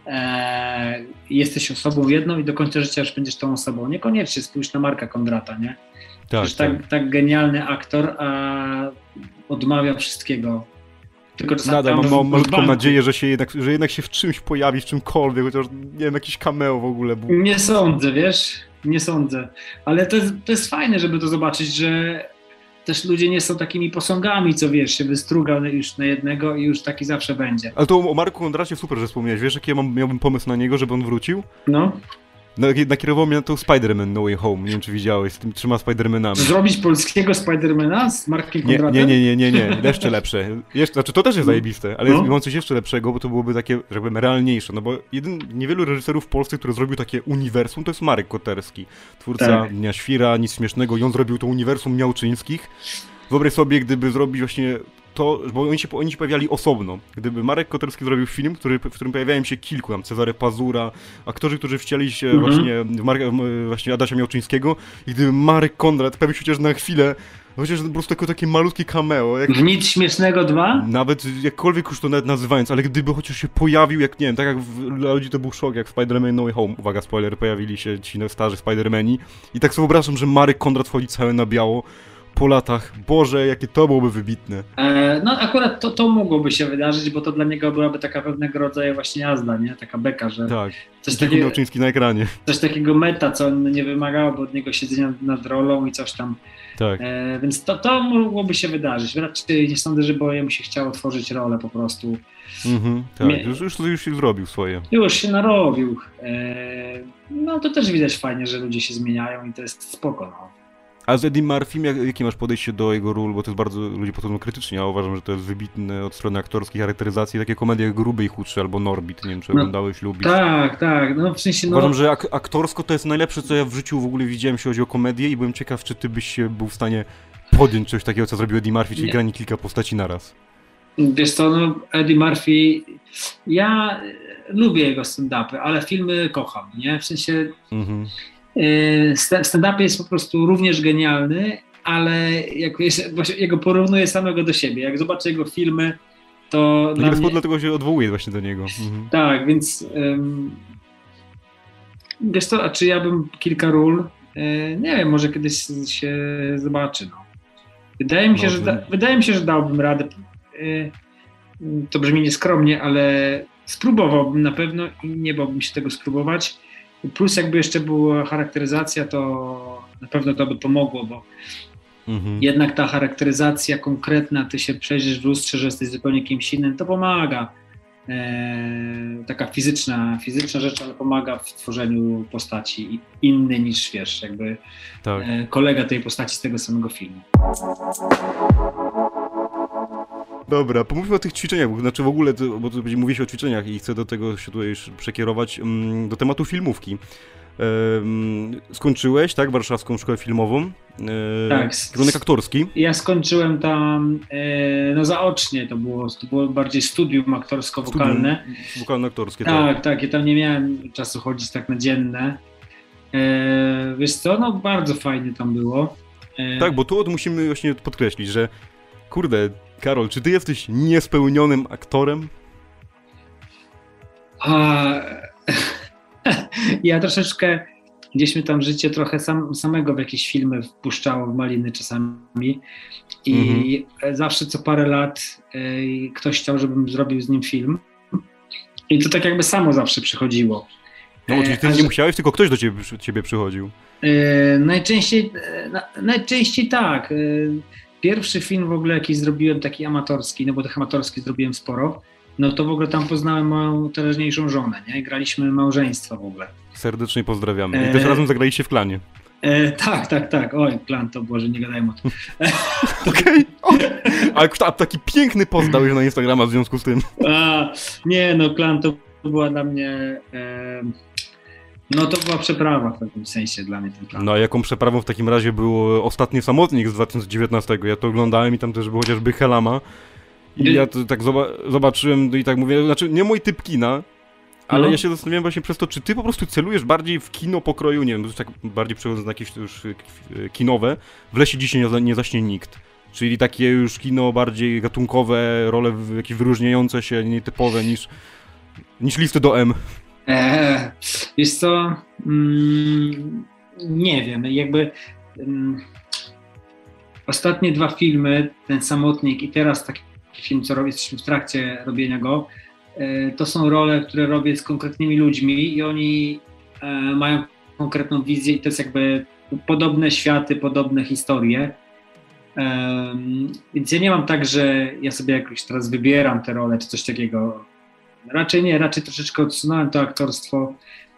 C: jesteś osobą jedną i do końca życia już będziesz tą osobą. Niekoniecznie, spójrz na Marka Kondrata, nie? Tak genialny aktor, a odmawia wszystkiego. Tylko
B: nadal mam malutką nadzieję, że jednak się w czymś pojawi, w czymkolwiek, chociaż nie wiem, jakiś cameo w ogóle.
C: Nie sądzę, wiesz? Nie sądzę. Ale to jest fajne, żeby to zobaczyć, że też ludzie nie są takimi posągami, co wiesz, się wystruga już na jednego i już taki zawsze będzie.
B: Ale to o Marku Kondracie super, że wspomniałeś. Wiesz, jaki miałbym pomysł na niego, żeby on wrócił?
C: No.
B: Nakierował mnie na to Spider-Man No Way Home. Nie wiem, czy widziałeś, z tymi 3 Spider-Manami.
C: Zrobić polskiego Spider-Mana z Markiem Kondratem?
B: Nie. Jeszcze lepsze. Znaczy, to też jest zajebiste, ale mam coś jeszcze lepszego, bo to byłoby takie, że powiem, realniejsze. No bo niewielu reżyserów w Polsce, który zrobił takie uniwersum, to jest Marek Koterski. Twórca Dnia Świra, Nic Śmiesznego i on zrobił to uniwersum Miałczyńskich. Wyobraź sobie, gdyby zrobić właśnie to, bo oni się pojawiali osobno. Gdyby Marek Koterski zrobił film, w którym pojawiają się kilku, tam Cezary Pazura, aktorzy, którzy wcielili się właśnie Adasia Miałczyńskiego i gdyby Marek Kondrat pojawił się chociaż na chwilę, chociaż po prostu takie malutkie cameo.
C: W Nic Śmiesznego 2?
B: Nawet jakkolwiek już to nawet nazywając, ale gdyby chociaż się pojawił, jak nie wiem, tak jak dla ludzi to był szok, jak w Spider-Man No Way Home, uwaga, spoiler, pojawili się ci starzy Spider-Mani i tak sobie wyobrażam, że Marek Kondrat wchodzi cały na biało, po latach. Boże, jakie to byłoby wybitne.
C: No akurat to mogłoby się wydarzyć, bo to dla niego byłaby taka pewnego rodzaju właśnie jazda, nie? Taka beka, że...
B: Tak, Dziku Miałczyński na ekranie.
C: Coś takiego meta, co nie wymagałoby od niego siedzenia nad rolą i coś tam.
B: Tak.
C: Więc to mogłoby się wydarzyć. Raczej nie sądzę, że jemu się chciało tworzyć rolę po prostu.
B: Tak, już się zrobił swoje.
C: Już się narobił. No to też widać fajnie, że ludzie się zmieniają i to jest spoko, no.
B: A z Eddie Murphy, jakie masz podejście do jego ról, bo to jest bardzo, ludzie podchodzą krytycznie, a uważam, że to jest wybitne od strony aktorskiej charakteryzacji, takie komedie jak Gruby i Chudszy albo Norbit, nie wiem, czy oglądałeś, lubisz.
C: Tak, no w sensie...
B: Uważam, że aktorsko to jest najlepsze, co ja w życiu w ogóle widziałem, jeśli chodzi o komedię i byłem ciekaw, czy ty byś się był w stanie podjąć coś takiego, co zrobił Eddie Murphy, czyli granie kilka postaci naraz.
C: Wiesz co, no Eddie Murphy, ja lubię jego stand-upy, ale filmy kocham, nie? W sensie... Stand-up jest po prostu również genialny, ale jak go porównuję samego do siebie, jak zobaczę jego filmy, to
B: dla mnie... dlatego się odwołuję właśnie do niego.
C: Tak, więc wiesz co, a czy ja bym kilka ról, nie wiem, może kiedyś się zobaczy. No. Wydaje mi się, że dałbym radę. To brzmi nieskromnie, ale spróbowałbym na pewno i nie bałbym się tego spróbować. Plus jakby jeszcze była charakteryzacja, to na pewno to by pomogło, bo jednak ta charakteryzacja konkretna, ty się przejrzysz w lustrze, że jesteś zupełnie kimś innym, to pomaga. taka fizyczna rzecz, ale pomaga w tworzeniu postaci inny niż, wiesz, jakby
B: Tak.
C: kolega tej postaci z tego samego filmu.
B: Dobra, pomówmy o tych ćwiczeniach, znaczy w ogóle, bo tu mówiłeś o ćwiczeniach i chcę do tego się tutaj już przekierować, do tematu filmówki. Skończyłeś, tak, Warszawską Szkołę Filmową,
C: Tak.
B: kierunek aktorski.
C: Ja skończyłem tam, no zaocznie, to było bardziej studium aktorsko-wokalne.
B: Wokalno-aktorskie,
C: tak. Tak, ja tam nie miałem czasu chodzić tak na dzienne. Wiesz co, no bardzo fajnie tam było.
B: Tak, bo tu musimy właśnie podkreślić, że kurde, Karol, czy ty jesteś niespełnionym aktorem?
C: Ja troszeczkę, gdzieś mi tam życie trochę samego w jakieś filmy wpuszczało w maliny czasami i zawsze co parę lat ktoś chciał, żebym zrobił z nim film i to tak jakby samo zawsze przychodziło.
B: No, czyli ty nie musiałeś, tylko ktoś do ciebie przychodził.
C: Najczęściej tak. Pierwszy film w ogóle jakiś zrobiłem taki amatorski, no bo tych amatorskich zrobiłem sporo, no to w ogóle tam poznałem moją teraźniejszą żonę, nie? Graliśmy małżeństwo w ogóle.
B: Serdecznie pozdrawiamy. I też razem zagraliście w klanie.
C: Tak. Oj, klan to Boże, nie gadajmy o tym.
B: Okej. A taki piękny post dałeś na Instagrama w związku z tym.
C: Nie, no klan to była dla mnie... No to była przeprawa w pewnym sensie dla mnie ten plan.
B: No a jaką przeprawą w takim razie był Ostatni Samotnik z 2019? Ja to oglądałem i tam też był chociażby Helama. I ja to tak zobaczyłem i tak mówię, znaczy nie mój typ kina, ale ja się zastanawiałem właśnie przez to, czy ty po prostu celujesz bardziej w kino pokroju, nie wiem, już tak bardziej przechodząc na jakieś już kinowe, w lesie dzisiaj nie zaśnie nikt. Czyli takie już kino bardziej gatunkowe, role jakieś wyróżniające się, nietypowe niż listy do M.
C: Wiesz co, nie wiem, jakby ostatnie dwa filmy, ten Samotnik i teraz taki film, co robię, jesteśmy w trakcie robienia go, to są role, które robię z konkretnymi ludźmi i oni mają konkretną wizję i to jest jakby podobne światy, podobne historie. Więc ja nie mam tak, że ja sobie jakoś teraz wybieram te role czy coś takiego. Raczej nie, raczej troszeczkę odsunąłem to aktorstwo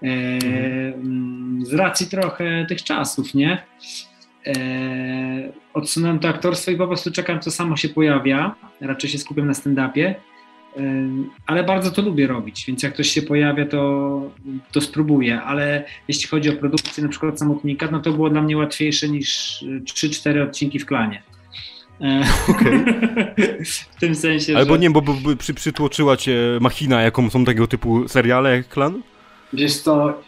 C: z racji trochę tych czasów, nie? Odsunąłem to aktorstwo i po prostu czekam, co samo się pojawia. Raczej się skupiam na stand-upie, ale bardzo to lubię robić, więc jak ktoś się pojawia, to spróbuję, ale jeśli chodzi o produkcję na przykład Samotnika, no to było dla mnie łatwiejsze niż 3-4 odcinki w klanie.
B: Okay.
C: W tym sensie,
B: albo że... nie, bo przytłoczyła cię machina, jaką są tego typu seriale jak Klan?
C: Wiesz co,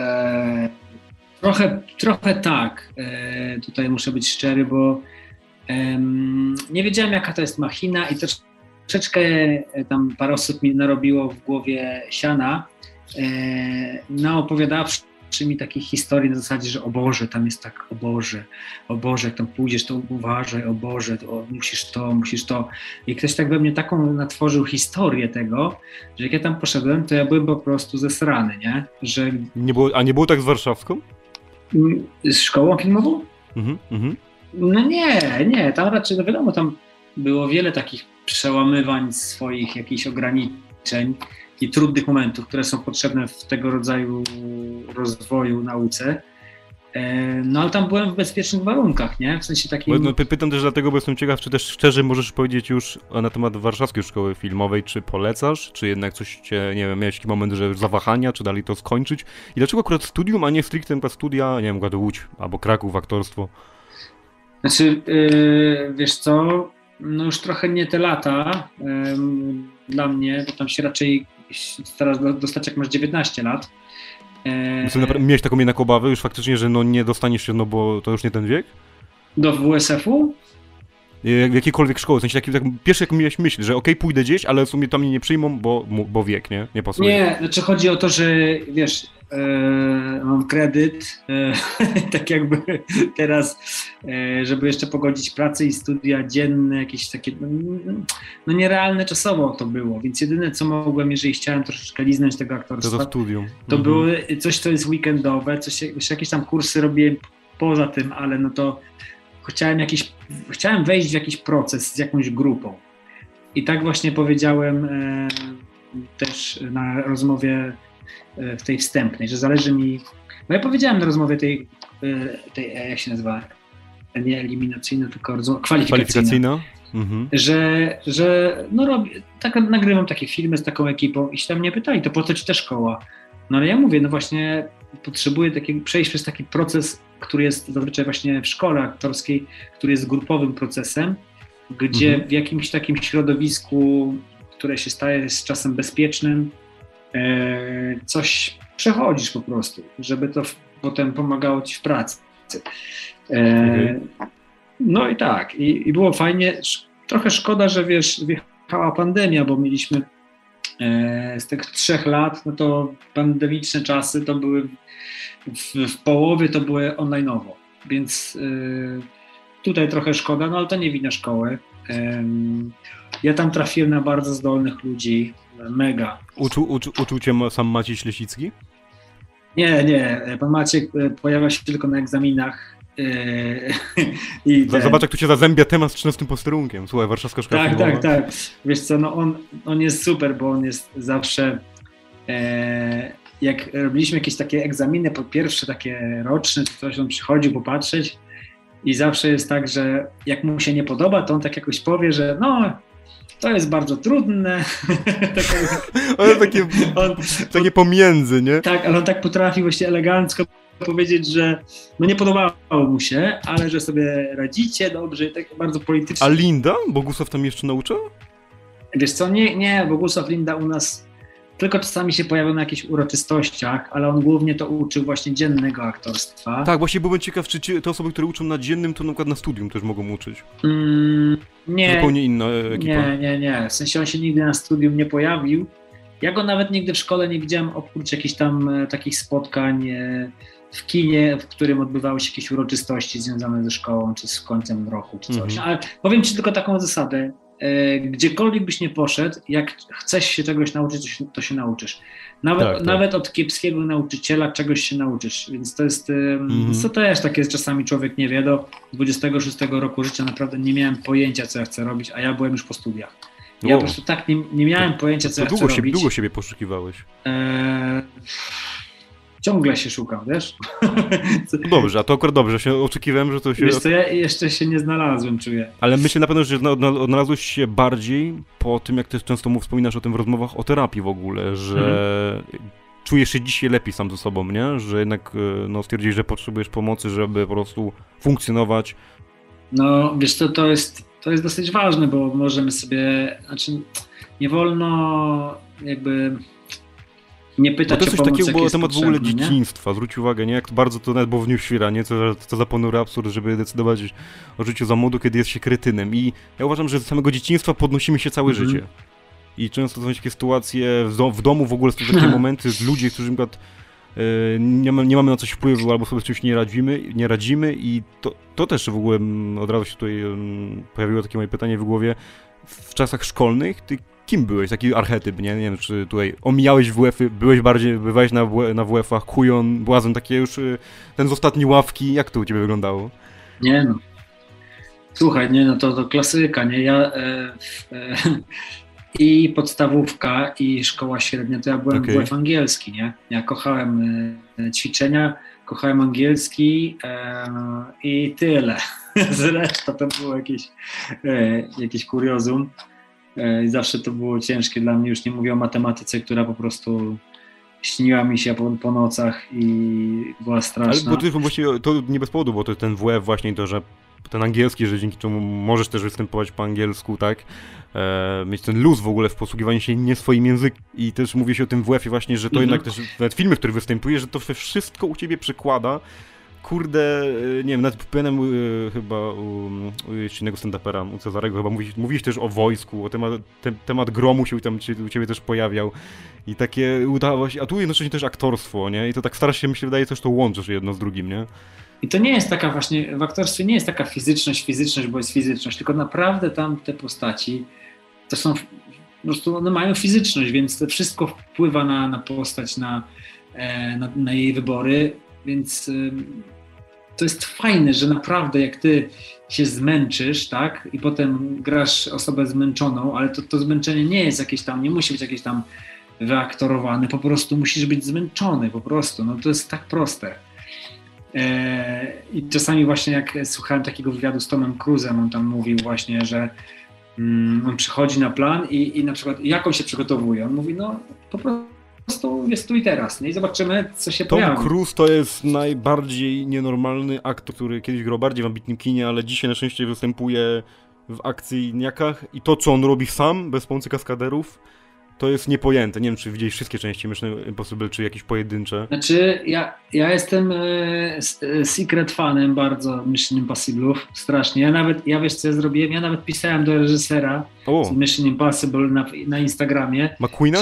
C: trochę tak, tutaj muszę być szczery, bo nie wiedziałem, jaka to jest machina i troszeczkę tam parę osób mi narobiło w głowie siana, naopowiadawszy mi takich historii na zasadzie, że o Boże, tam jest tak, o Boże, jak tam pójdziesz, to uważaj, o Boże, musisz to. I ktoś tak we mnie taką natworzył historię tego, że jak ja tam poszedłem, to ja byłem po prostu zesrany, nie? Że...
B: nie było tak z warszawską?
C: Z szkołą filmową? No nie, tam raczej, no wiadomo, tam było wiele takich przełamywań swoich jakichś ograniczeń i trudnych momentów, które są potrzebne w tego rodzaju rozwoju, nauce. No ale tam byłem w bezpiecznych warunkach, nie? W sensie takim...
B: No, pytam też dlatego, bo jestem ciekaw, czy też szczerze możesz powiedzieć już na temat Warszawskiej Szkoły Filmowej, czy polecasz, czy jednak coś cię, nie wiem, miałeś taki moment, że zawahania, czy dalej to skończyć? I dlaczego akurat studium, a nie stricte studia, nie wiem, Łódź albo Kraków, aktorstwo?
C: Znaczy, wiesz co, no już trochę nie te lata dla mnie, bo tam się raczej starasz dostać, jak masz 19 lat.
B: Miałeś taką jednak obawę już faktycznie, że no nie dostaniesz się, no bo to już nie ten wiek?
C: Do WSF-u?
B: W jakiejkolwiek szkoły, w sensie tak pierwszy jak miałeś myśl, że okej, pójdę gdzieś, ale w sumie tam mnie nie przyjmą, bo wiek, nie pasuje.
C: Nie, znaczy chodzi o to, że wiesz, mam kredyt, tak jakby teraz, żeby jeszcze pogodzić pracę i studia dzienne, jakieś takie, no nierealne czasowo to było, więc jedyne co mogłem, jeżeli chciałem troszeczkę liznąć tego aktorstwa,
B: to studium.
C: To były coś, co jest weekendowe, jakieś tam kursy robiłem poza tym, ale no to chciałem wejść w jakiś proces z jakąś grupą. I tak właśnie powiedziałem też na rozmowie w tej wstępnej, że zależy mi, bo ja powiedziałem na rozmowie tej jak się nazywa, nie eliminacyjna, tylko kwalifikacyjna. Mhm. Że no nagrywam takie filmy z taką ekipą i się tam mnie pytali, to po co ci ta szkoła? No ale ja mówię, no właśnie potrzebuję przejść przez taki proces, który jest zazwyczaj właśnie w szkole aktorskiej, który jest grupowym procesem, gdzie w jakimś takim środowisku, które się staje z czasem bezpiecznym, coś przechodzisz po prostu, żeby to potem pomagało ci w pracy. No i tak, i było fajnie. Trochę szkoda, że wjechała pandemia, bo mieliśmy z tych 3 lat, no to pandemiczne czasy to były w połowie to były online'owo, więc tutaj trochę szkoda, no ale to nie wina szkoły. Ja tam trafiłem na bardzo zdolnych ludzi, mega.
B: Uczył cię sam Maciej Ślesicki?
C: Nie, pan Maciek pojawia się tylko na egzaminach.
B: Zobacz, jak tu się zazębia temat z 13 posterunkiem. Słuchaj, warszawska szkoła filmowa.
C: Tak. Wiesz co, no on jest super, bo on jest zawsze jak robiliśmy jakieś takie egzaminy, po pierwsze takie roczne, czy coś, on przychodził popatrzeć i zawsze jest tak, że jak mu się nie podoba, to on tak jakoś powie, że no to jest bardzo trudne.
B: takie pomiędzy, nie?
C: Tak, ale on tak potrafi właśnie elegancko powiedzieć, że no nie podobało mu się, ale że sobie radzicie dobrze i tak bardzo politycznie.
B: A Linda? Bogusław tam jeszcze nauczył?
C: Wiesz co, nie, Bogusław Linda u nas tylko czasami się pojawiał na jakichś uroczystościach, ale on głównie to uczył właśnie dziennego aktorstwa.
B: Tak, właśnie byłem ciekaw, czy te osoby, które uczą na dziennym, to na przykład na studium też mogą uczyć.
C: Nie.
B: Zupełnie inna ekipa.
C: Nie. W sensie on się nigdy na studium nie pojawił. Ja go nawet nigdy w szkole nie widziałem, oprócz jakichś tam takich spotkań w kinie, w którym odbywały się jakieś uroczystości związane ze szkołą, czy z końcem roku, czy coś. Ale powiem ci tylko taką zasadę. Gdziekolwiek byś nie poszedł, jak chcesz się czegoś nauczyć, to się nauczysz. Nawet od kiepskiego nauczyciela czegoś się nauczysz. Więc to jest, to też tak jest, czasami człowiek nie wie, do 26 roku życia naprawdę nie miałem pojęcia, co ja chcę robić, a ja byłem już po studiach. Ja po prostu tak nie miałem pojęcia, co ja chcę robić.
B: Długo siebie poszukiwałeś?
C: Ciągle się szukam, wiesz?
B: Dobrze, a to akurat dobrze, się oczekiwałem, że to się...
C: Wiesz co, ja jeszcze się nie znalazłem, czuję.
B: Ale myślę na pewno, że odnalazłeś się bardziej po tym, jak też często wspominasz o tym w rozmowach o terapii w ogóle, że czujesz się dzisiaj lepiej sam ze sobą, nie? Że jednak stwierdziłeś, że potrzebujesz pomocy, żeby po prostu funkcjonować.
C: No, wiesz co, to jest dosyć ważne, bo możemy sobie, nie wolno jakby... nie pytać
B: to
C: o pomoc,
B: takiego było temat w ogóle
C: nie?
B: dzieciństwa. Zwróć uwagę, nie? Jak to bardzo to nawet było w Dniu Świra, nie? Co za ponury absurd, żeby decydować o życiu za młodu, kiedy jest się kretynem. I ja uważam, że z samego dzieciństwa podnosimy się całe życie. I często są takie sytuacje w domu w ogóle, są takie momenty z ludzi, którzy na przykład nie mamy na coś wpływu albo sobie z czymś nie radzimy i to też w ogóle od razu się tutaj pojawiło takie moje pytanie w głowie. W czasach szkolnych ty kim byłeś? Taki archetyp, nie? Nie wiem, czy tutaj omijałeś WF-y, bywałeś na WF-ach, kujon, błazen, takie już ten z ostatniej ławki, jak to u ciebie wyglądało?
C: Nie no. Słuchaj, nie no, to klasyka, nie? Ja i podstawówka, i szkoła średnia, to ja byłem WF angielski, nie? Ja kochałem ćwiczenia, kochałem angielski i tyle. Zresztą to było jakieś kuriozum. I zawsze to było ciężkie dla mnie, już nie mówię o matematyce, która po prostu śniła mi się po nocach i była straszna.
B: Ale bo właściwie to nie bez powodu, bo to ten WF właśnie to, że ten angielski, że dzięki czemu możesz też występować po angielsku, tak? Mieć ten luz w ogóle w posługiwaniu się nie swoim językiem. I też mówi się o tym WF-ie właśnie, że to jednak też nawet filmy, w których występujesz, że to wszystko u ciebie przekłada. Kurde, nie wiem, nawet pamiętam chyba u jeszcze innego stand-upera, u Cezarego, chyba mówiłeś też o wojsku, temat gromu się tam u ciebie też pojawiał i takie udało się, a tu jednocześnie też aktorstwo, nie? I to tak starasz się, mi się wydaje, też to łączysz jedno z drugim, nie?
C: I to nie jest taka właśnie, w aktorstwie nie jest taka fizyczność, bo jest fizyczność, tylko naprawdę tam te postaci to są, po prostu one mają fizyczność, więc to wszystko wpływa na postać, na jej wybory, więc to jest fajne, że naprawdę jak ty się zmęczysz, tak, i potem grasz osobę zmęczoną, ale to zmęczenie nie jest jakieś tam, nie musi być jakieś tam wyaktorowane, po prostu musisz być zmęczony, po prostu, no to jest tak proste. I czasami właśnie jak słuchałem takiego wywiadu z Tomem Cruise'em, on tam mówił właśnie, że on przychodzi na plan i na przykład jak on się przygotowuje, on mówi, no po prostu jest tu i teraz, nie? I zobaczymy, co się pojawi.
B: Tom Cruise to jest najbardziej nienormalny aktor, który kiedyś grał bardziej w ambitnym kinie, ale dzisiaj na szczęście występuje w akcyjniakach i to, co on robi sam, bez pomocy kaskaderów, to jest niepojęte. Nie wiem, czy widziałeś wszystkie części Mission Impossible, czy jakieś pojedyncze.
C: Znaczy, ja jestem secret fanem bardzo Mission Impossible'ów, strasznie. Ja wiesz, co ja zrobiłem? Ja nawet pisałem do reżysera z Mission Impossible na Instagramie.
B: McQueena?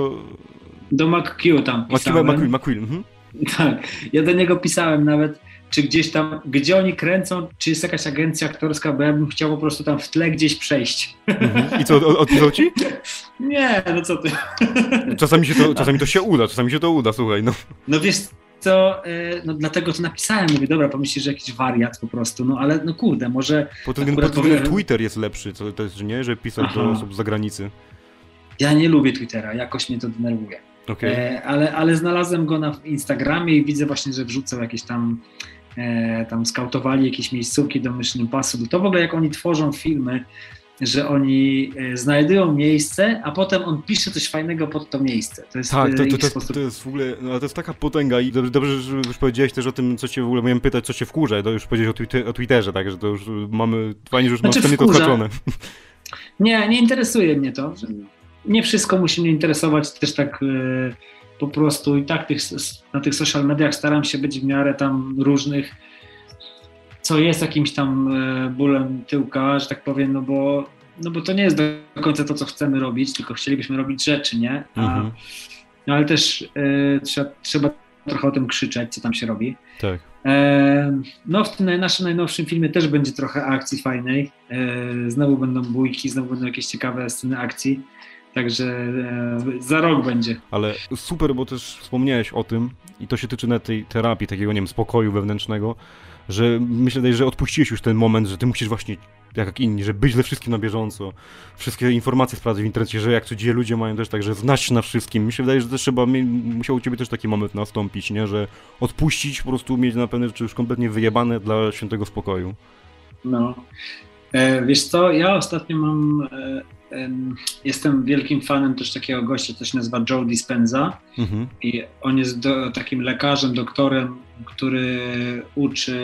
C: Do McQ tam pisałem.
B: McQueen. Mhm.
C: Tak, ja do niego pisałem nawet, czy gdzieś tam, gdzie oni kręcą, czy jest jakaś agencja aktorska, bo ja bym chciał po prostu tam w tle gdzieś przejść.
B: Mhm. I co, odpisał ci?
C: Nie, no co ty.
B: Czasami to się uda, słuchaj, no.
C: No wiesz co, no dlatego to napisałem, mówię, dobra, pomyślisz, że jakiś wariat po prostu, no ale no kurde, może...
B: Twitter jest lepszy, to jest, że nie, że pisać do osób z zagranicy.
C: Ja nie lubię Twittera, jakoś mnie to denerwuje.
B: Okay.
C: Ale znalazłem go na Instagramie i widzę właśnie, że wrzucał jakieś tam skautowali jakieś miejscówki do Mission Impossible. To w ogóle jak oni tworzą filmy, że oni znajdują miejsce, a potem on pisze coś fajnego pod to miejsce. To jest
B: tak, to jest w ogóle, no, to jest taka potęga i dobrze, że już powiedziałeś też o tym, co cię w ogóle miałem pytać, co cię wkurza, to już powiedziałeś o Twitterze, tak, że to już mamy, fajnie, że już
C: znaczy,
B: mamy to odhaczone.
C: Nie interesuje mnie to. Nie wszystko musi mnie interesować, też tak po prostu i tak na tych social mediach staram się być w miarę tam różnych, co jest jakimś tam bólem tyłka, że tak powiem, no bo to nie jest do końca to, co chcemy robić, tylko chcielibyśmy robić rzeczy, nie? No ale też trzeba trochę o tym krzyczeć, co tam się robi.
B: Tak.
C: No w tym naszym najnowszym filmie też będzie trochę akcji fajnej, znowu będą bójki, znowu będą jakieś ciekawe sceny akcji. Także za rok będzie. Ale
B: super, bo też wspomniałeś o tym i to się tyczy na tej terapii, takiego, nie wiem, spokoju wewnętrznego, że myślę, że odpuściłeś już ten moment, że ty musisz właśnie, jak inni, że być ze wszystkim na bieżąco, wszystkie informacje sprawdzać w internecie, że jak codziennie ludzie mają też tak, że znać się na wszystkim. Mi się wydaje, że też musiał u ciebie też taki moment nastąpić, nie, że odpuścić, po prostu mieć na pewne rzeczy już kompletnie wyjebane dla świętego spokoju. No,
C: wiesz co, ja ostatnio jestem wielkim fanem też takiego gościa, co się nazywa Joe Dispenza i on jest takim lekarzem, doktorem, który uczy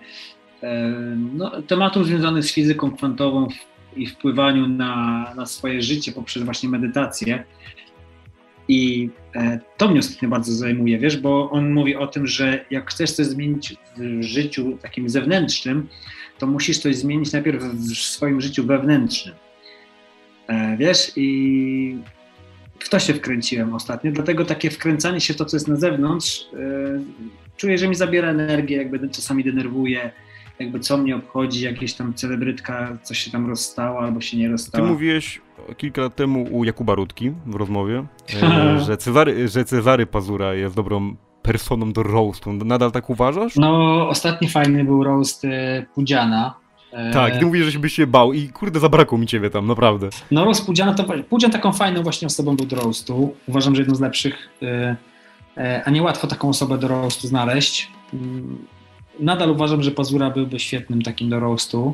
C: tematów związanych z fizyką kwantową i wpływaniu na swoje życie poprzez właśnie medytację. I to mnie ostatnio bardzo zajmuje, wiesz, bo on mówi o tym, że jak chcesz coś zmienić w życiu takim zewnętrznym, to musisz coś zmienić najpierw w swoim życiu wewnętrznym. Wiesz, i w to się wkręciłem ostatnio, dlatego takie wkręcanie się w to, co jest na zewnątrz, czuję, że mi zabiera energię, jakby czasami denerwuje, jakby co mnie obchodzi, jakieś tam celebrytka, coś się tam rozstała albo się nie rozstała.
B: Ty mówiłeś kilka lat temu u Jakuba Rutki w rozmowie, że Cezary Pazura jest dobrą personą do roastu. Nadal tak uważasz?
C: No, ostatni fajny był roast Pudziana.
B: Tak, ty mówisz, że byś się bał i kurde, zabrakło mi ciebie tam, naprawdę.
C: No, roast Pudzian taką fajną właśnie osobą był do roastu. Uważam, że jedną z lepszych, a niełatwo taką osobę do roastu znaleźć. Nadal uważam, że Pazura byłby świetnym takim do roastu.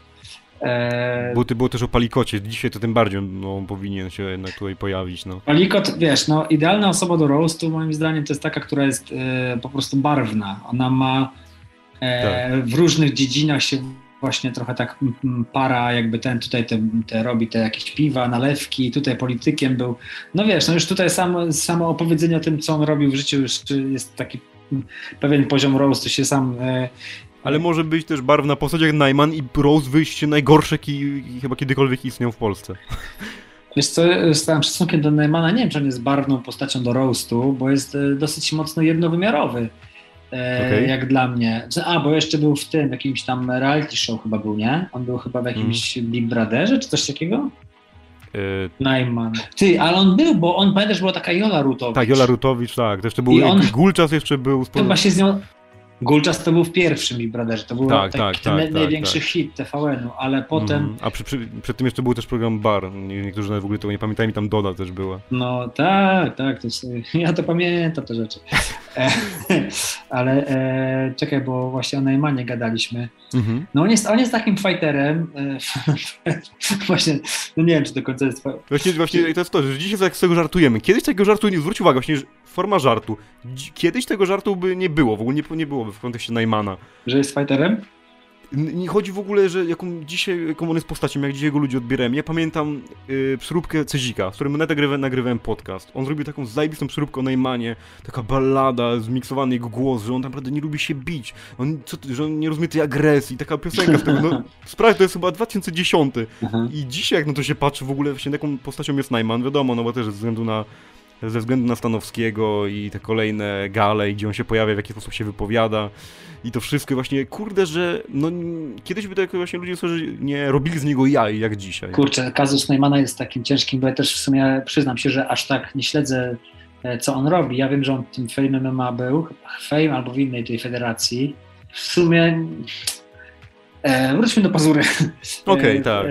B: Było też o Palikocie, dzisiaj to tym bardziej on powinien się jednak tutaj pojawić. No.
C: Palikot, wiesz, no idealna osoba do roastu moim zdaniem to jest taka, która jest po prostu barwna. Ona ma w różnych dziedzinach się właśnie trochę tak para, jakby ten tutaj robi te jakieś piwa, nalewki, tutaj politykiem był. No wiesz, no już tutaj samo opowiedzenie o tym, co on robił w życiu, już jest taki pewien poziom roastu się sam...
B: Ale może być też barwna postać jak Najman i roast wyjście najgorsze, chyba kiedykolwiek istniał w Polsce.
C: Wiesz co, z całym szacunkiem do Najmana, nie wiem, czy on jest barwną postacią do roastu, bo jest dosyć mocno jednowymiarowy. Jak dla mnie. Bo jeszcze był w tym, jakimś tam reality show chyba był, nie? On był chyba w jakimś Big Brotherze, czy coś takiego? Najman. Ty, ale on był, bo on, pamiętasz, była taka Jola Rutowicz.
B: Tak, Jola Rutowicz, tak. To jeszcze był Gulczas jeszcze był.
C: Chyba się z nią... Gulczas to był w pierwszym Big Brotherze, to był największy
B: tak.
C: hit TVN-u, ale potem...
B: A przed tym jeszcze był też program Bar, niektórzy nawet w ogóle tego nie pamiętają i tam Doda też była.
C: No tak, ja to pamiętam te rzeczy. Ale czekaj, bo właśnie o Najmanie gadaliśmy. No on jest takim fighterem, właśnie, no nie wiem, czy do końca jest...
B: Właśnie to jest to, że dzisiaj z tego żartujemy. Kiedyś tego żartu, zwróć uwagę, właśnie, że forma żartu. Kiedyś tego żartu by nie było, w ogóle nie byłoby w kontekście Najmana.
C: Że jest fighterem?
B: Nie chodzi w ogóle, że jaką on jest postacią, jak dzisiaj go ludzie odbierają. Ja pamiętam przeróbkę Cezika, z którym nagrywałem podcast. On zrobił taką zajebistą przeróbkę o Najmanie, taka ballada, zmiksowany jego głos, że on naprawdę nie lubi się bić, że on nie rozumie tej agresji, taka piosenka z tego, no sprawie, to jest chyba 2010. I dzisiaj jak na to się patrzy w ogóle, właśnie jaką postacią jest Najman, wiadomo, no bo też ze względu na Stanowskiego i te kolejne gale, gdzie on się pojawia, w jaki sposób się wypowiada i to wszystko właśnie, kurde, że no kiedyś by tak właśnie ludzie nie robili z niego jaj, jak dzisiaj.
C: Kurczę, kazus Najmana jest takim ciężkim, bo ja też w sumie przyznam się, że aż tak nie śledzę, co on robi. Ja wiem, że on w tym Fame MMA był, Fame albo w innej tej federacji. W sumie wróćmy do Pazury.
B: Okej, tak.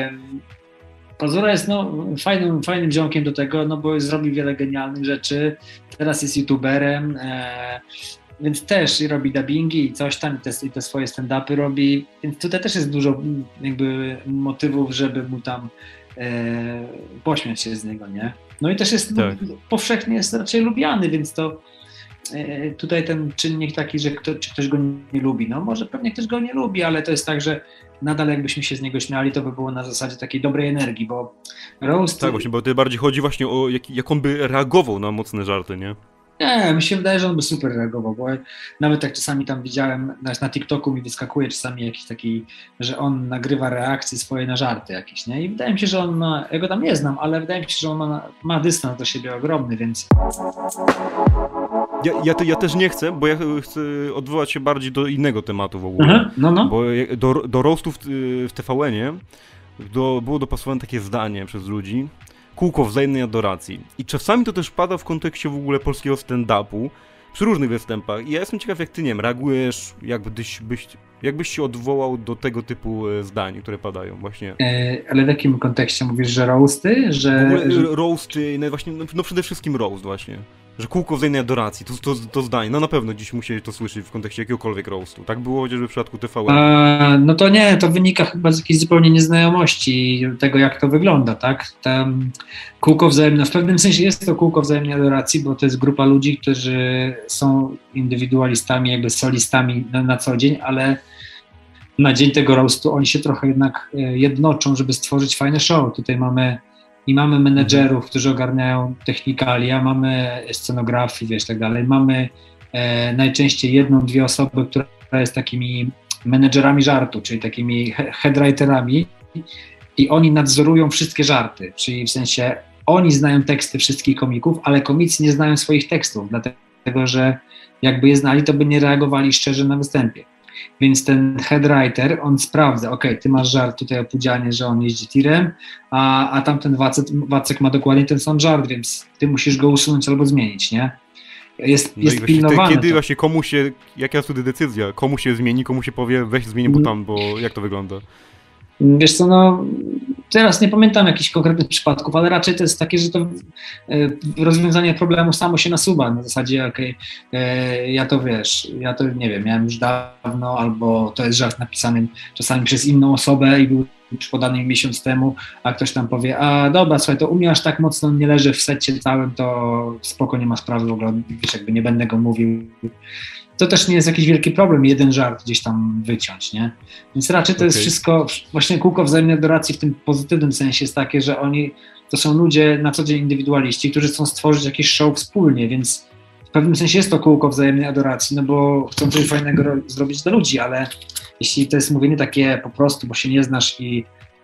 C: Pazura jest fajnym ziomkiem do tego, no bo zrobi wiele genialnych rzeczy. Teraz jest youtuberem, więc też robi dubbingi i coś tam, i te swoje stand-upy robi. Więc tutaj też jest dużo jakby motywów, żeby mu tam pośmiać się z niego, nie? No i też jest powszechnie jest raczej lubiany, więc to tutaj ten czynnik taki, że czy ktoś go nie lubi, no może pewnie ktoś go nie lubi, ale to jest tak, że nadal jakbyśmy się z niego śmiali, to by było na zasadzie takiej dobrej energii, bo roast... Tak,
B: właśnie, bo to bardziej chodzi właśnie o jak on by reagował na mocne żarty, nie?
C: Nie, mi się wydaje, że on by super reagował, bo nawet jak czasami tam widziałem, na TikToku mi wyskakuje czasami jakiś taki, że on nagrywa reakcje swoje na żarty jakieś, nie? I wydaje mi się, że on ma, ja go tam nie znam, ale wydaje mi się, że on ma dystans do siebie ogromny, więc...
B: Ja też nie chcę, bo ja chcę odwołać się bardziej do innego tematu w ogóle. Bo do roastów w TVN-ie było dopasowane takie zdanie przez ludzi: kółko wzajemnej adoracji. I czasami to też pada w kontekście w ogóle polskiego stand-upu, przy różnych występach. I ja jestem ciekaw, jak ty, nie wiem, reagujesz, jakbyś się odwołał do tego typu zdań, które padają właśnie.
C: Ale w jakim kontekście mówisz, że roasty?
B: W ogóle roasty, no właśnie, no przede wszystkim roast właśnie. Że kółko wzajemnej adoracji, to zdanie, no na pewno dziś musieli to słyszeć w kontekście jakiegokolwiek roastu. Tak było chociażby w przypadku TVN.
C: No to nie, to wynika chyba z jakiejś zupełnie nieznajomości tego, jak to wygląda, tak? Kółko wzajemne, w pewnym sensie jest to kółko wzajemnej adoracji, bo to jest grupa ludzi, którzy są indywidualistami, jakby solistami na co dzień, ale na dzień tego roastu oni się trochę jednak jednoczą, żeby stworzyć fajne show. Tutaj mamy menedżerów, którzy ogarniają technikalia, mamy scenografię, wiesz, tak dalej. Mamy najczęściej jedną, dwie osoby, która jest takimi menedżerami żartu, czyli takimi headwriterami i oni nadzorują wszystkie żarty, czyli w sensie oni znają teksty wszystkich komików, ale komicy nie znają swoich tekstów, dlatego że jakby je znali, to by nie reagowali szczerze na występie. Więc ten headwriter, on sprawdza, ty masz żart tutaj o Pudzianie, że on jeździ tirem, a tamten Wacek ma dokładnie ten sam żart, więc ty musisz go usunąć albo zmienić, nie? Jest pilnowane.
B: Kiedy właśnie jaka jest wtedy decyzja? Komu się zmieni, komu się powie, weź zmieni, bo jak to wygląda?
C: Wiesz co, no teraz nie pamiętam jakichś konkretnych przypadków, ale raczej to jest takie, że to rozwiązanie problemu samo się nasuwa, na zasadzie ja to nie wiem, miałem już dawno, albo to jest żart napisany czasami przez inną osobę i był podany miesiąc temu, a ktoś tam powie, dobra, słuchaj, to u mnie aż tak mocno nie leży w secie całym, to spoko, nie ma sprawy w ogóle, wiesz, jakby nie będę go mówił. To też nie jest jakiś wielki problem, jeden żart gdzieś tam wyciąć, nie? Więc raczej to jest wszystko, właśnie kółko wzajemnej adoracji w tym pozytywnym sensie jest takie, że oni to są ludzie na co dzień indywidualiści, którzy chcą stworzyć jakieś show wspólnie, więc w pewnym sensie jest to kółko wzajemnej adoracji, no bo chcą coś fajnego zrobić dla ludzi, ale jeśli to jest mówienie takie po prostu, bo się nie znasz i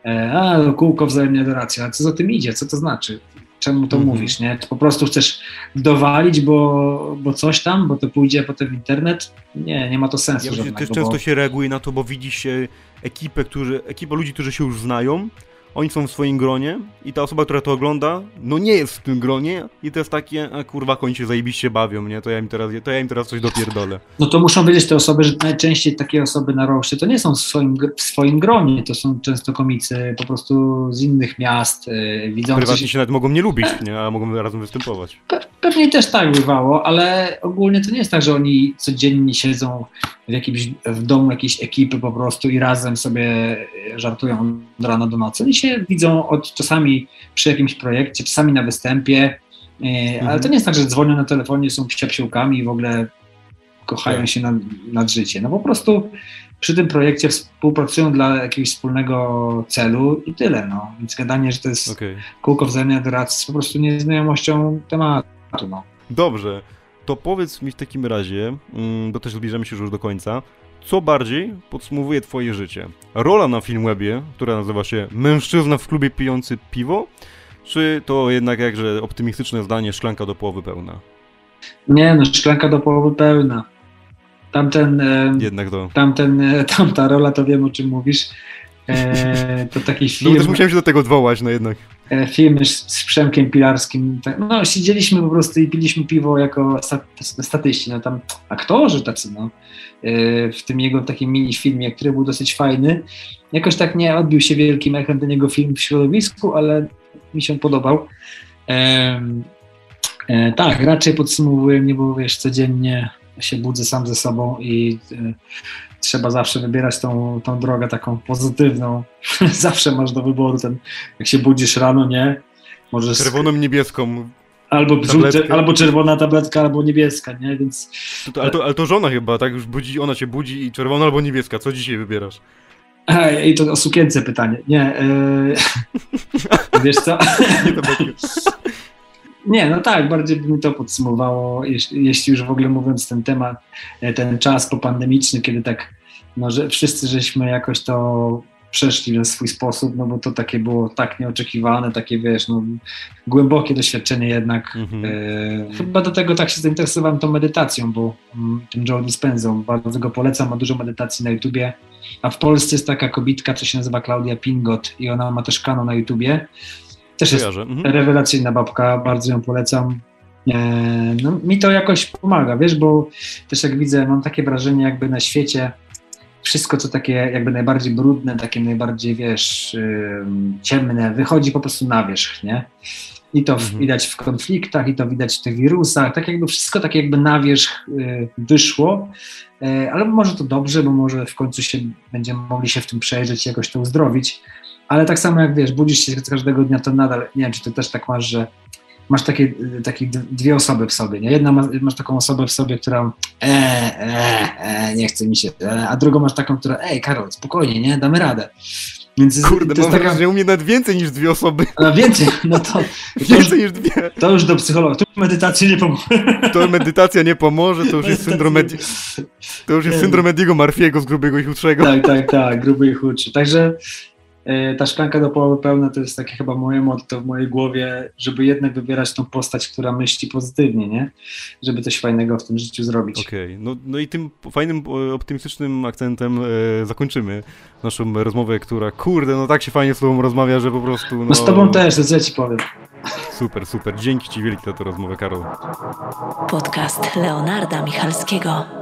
C: kółko wzajemnej adoracji, a co za tym idzie, co to znaczy? Czemu to mówisz, nie? Czy po prostu chcesz dowalić, bo coś tam, bo to pójdzie potem w internet? Nie ma to sensu żadnego.
B: Też często się reaguje na to, bo widzi się ekipę ludzi, którzy się już znają, oni są w swoim gronie i ta osoba, która to ogląda, no nie jest w tym gronie i to jest takie, a kurwa, oni się zajebiście bawią, nie? To ja im teraz coś dopierdolę.
C: No to muszą wiedzieć te osoby, że najczęściej takie osoby na roście to nie są w swoim gronie, to są często komicy po prostu z innych miast, widzący
B: Prywatnie się nawet mogą nie lubić, nie? A mogą razem występować.
C: Pewnie też tak bywało, ale ogólnie to nie jest tak, że oni codziennie siedzą w domu jakiejś ekipy po prostu i razem sobie żartują od rana do nocy. Oni się widzą czasami przy jakimś projekcie, czasami na występie, ale to nie jest tak, że dzwonią na telefonie, są psiapsiłkami i w ogóle kochają się nad życie. No po prostu przy tym projekcie współpracują dla jakiegoś wspólnego celu i tyle. No. Więc gadanie, że to jest kółko wzajemnej adoracji, jest po prostu nieznajomością tematu. No.
B: Dobrze, to powiedz mi w takim razie, bo też zbliżamy się już do końca, co bardziej podsumowuje twoje życie? Rola na Filmwebie, która nazywa się Mężczyzna w klubie pijący piwo, czy to jednak jakże optymistyczne zdanie szklanka do połowy pełna?
C: Nie no, szklanka do połowy pełna. Tamta rola, to wiem, o czym mówisz. To taki film.
B: No też musiałem się do tego odwołać, no jednak.
C: Film z Przemkiem Pilarskim. No, siedzieliśmy po prostu i piliśmy piwo jako statyści. No tam aktorzy tacy, no. W tym jego takim mini filmie, który był dosyć fajny. Jakoś tak nie odbił się wielkim echem ten jego film w środowisku, ale mi się podobał. Tak, raczej podsumowuję mnie, bo wiesz, codziennie się budzę sam ze sobą i trzeba zawsze wybierać tą drogę taką pozytywną. Zawsze masz do wyboru jak się budzisz rano, nie? Możesz
B: czerwoną, niebieską.
C: Albo czerwona tabletka, albo niebieska, nie? Więc...
B: Ale to żona chyba, tak? Już ona cię budzi i czerwona albo niebieska. Co dzisiaj wybierasz?
C: I to o sukience pytanie. Nie. Wiesz co? Nie, no tak, bardziej by mi to podsumowało, jeśli już w ogóle mówiąc ten czas popandemiczny, kiedy tak, no, że wszyscy żeśmy jakoś to przeszli w swój sposób, no bo to takie było tak nieoczekiwane, takie wiesz, no głębokie doświadczenie jednak. Chyba do tego tak się zainteresowałem tą medytacją, bo tym Joe Dispenzą, bardzo go polecam, ma dużo medytacji na YouTubie, a w Polsce jest taka kobitka, co się nazywa Klaudia Pingot i ona ma też kanał na YouTubie. Też jest rewelacyjna babka, bardzo ją polecam. No, mi to jakoś pomaga, wiesz, bo też jak widzę, mam takie wrażenie, jakby na świecie wszystko, co takie jakby najbardziej brudne, takie najbardziej, wiesz, ciemne, wychodzi po prostu na wierzch, nie? I to widać w konfliktach, i to widać w tych wirusach, tak jakby wszystko tak jakby na wierzch wyszło, ale może to dobrze, bo może w końcu będziemy mogli się w tym przejrzeć i jakoś to uzdrowić. Ale tak samo jak wiesz, budzisz się każdego dnia, to nadal, nie wiem, czy ty też tak masz, że masz takie dwie osoby w sobie, nie? Jedna masz taką osobę w sobie, która nie chce mi się, a drugą masz taką, która Karol, spokojnie, nie? Damy radę. Więc
B: kurde, mam wrażenie, że u mnie nawet więcej niż dwie osoby.
C: A więcej, no to...
B: Więcej niż dwie.
C: To już do psychologa, tu medytacja nie pomoże.
B: To medytacja nie pomoże, to już jest syndrom Ediego Murphy'ego z grubego i chudszego.
C: Tak, gruby i chudszy. Także ta szklanka do połowy pełna to jest takie chyba moje motto w mojej głowie, żeby jednak wybierać tą postać, która myśli pozytywnie, nie? Żeby coś fajnego w tym życiu zrobić.
B: Okej. No i tym fajnym, optymistycznym akcentem zakończymy naszą rozmowę, która, kurde, no tak się fajnie z tobą rozmawia, że po prostu...
C: No z tobą też, to co ja ci powiem.
B: Super. Dzięki ci wielkie za tę rozmowę, Karol.
A: Podcast Leonarda Michalskiego.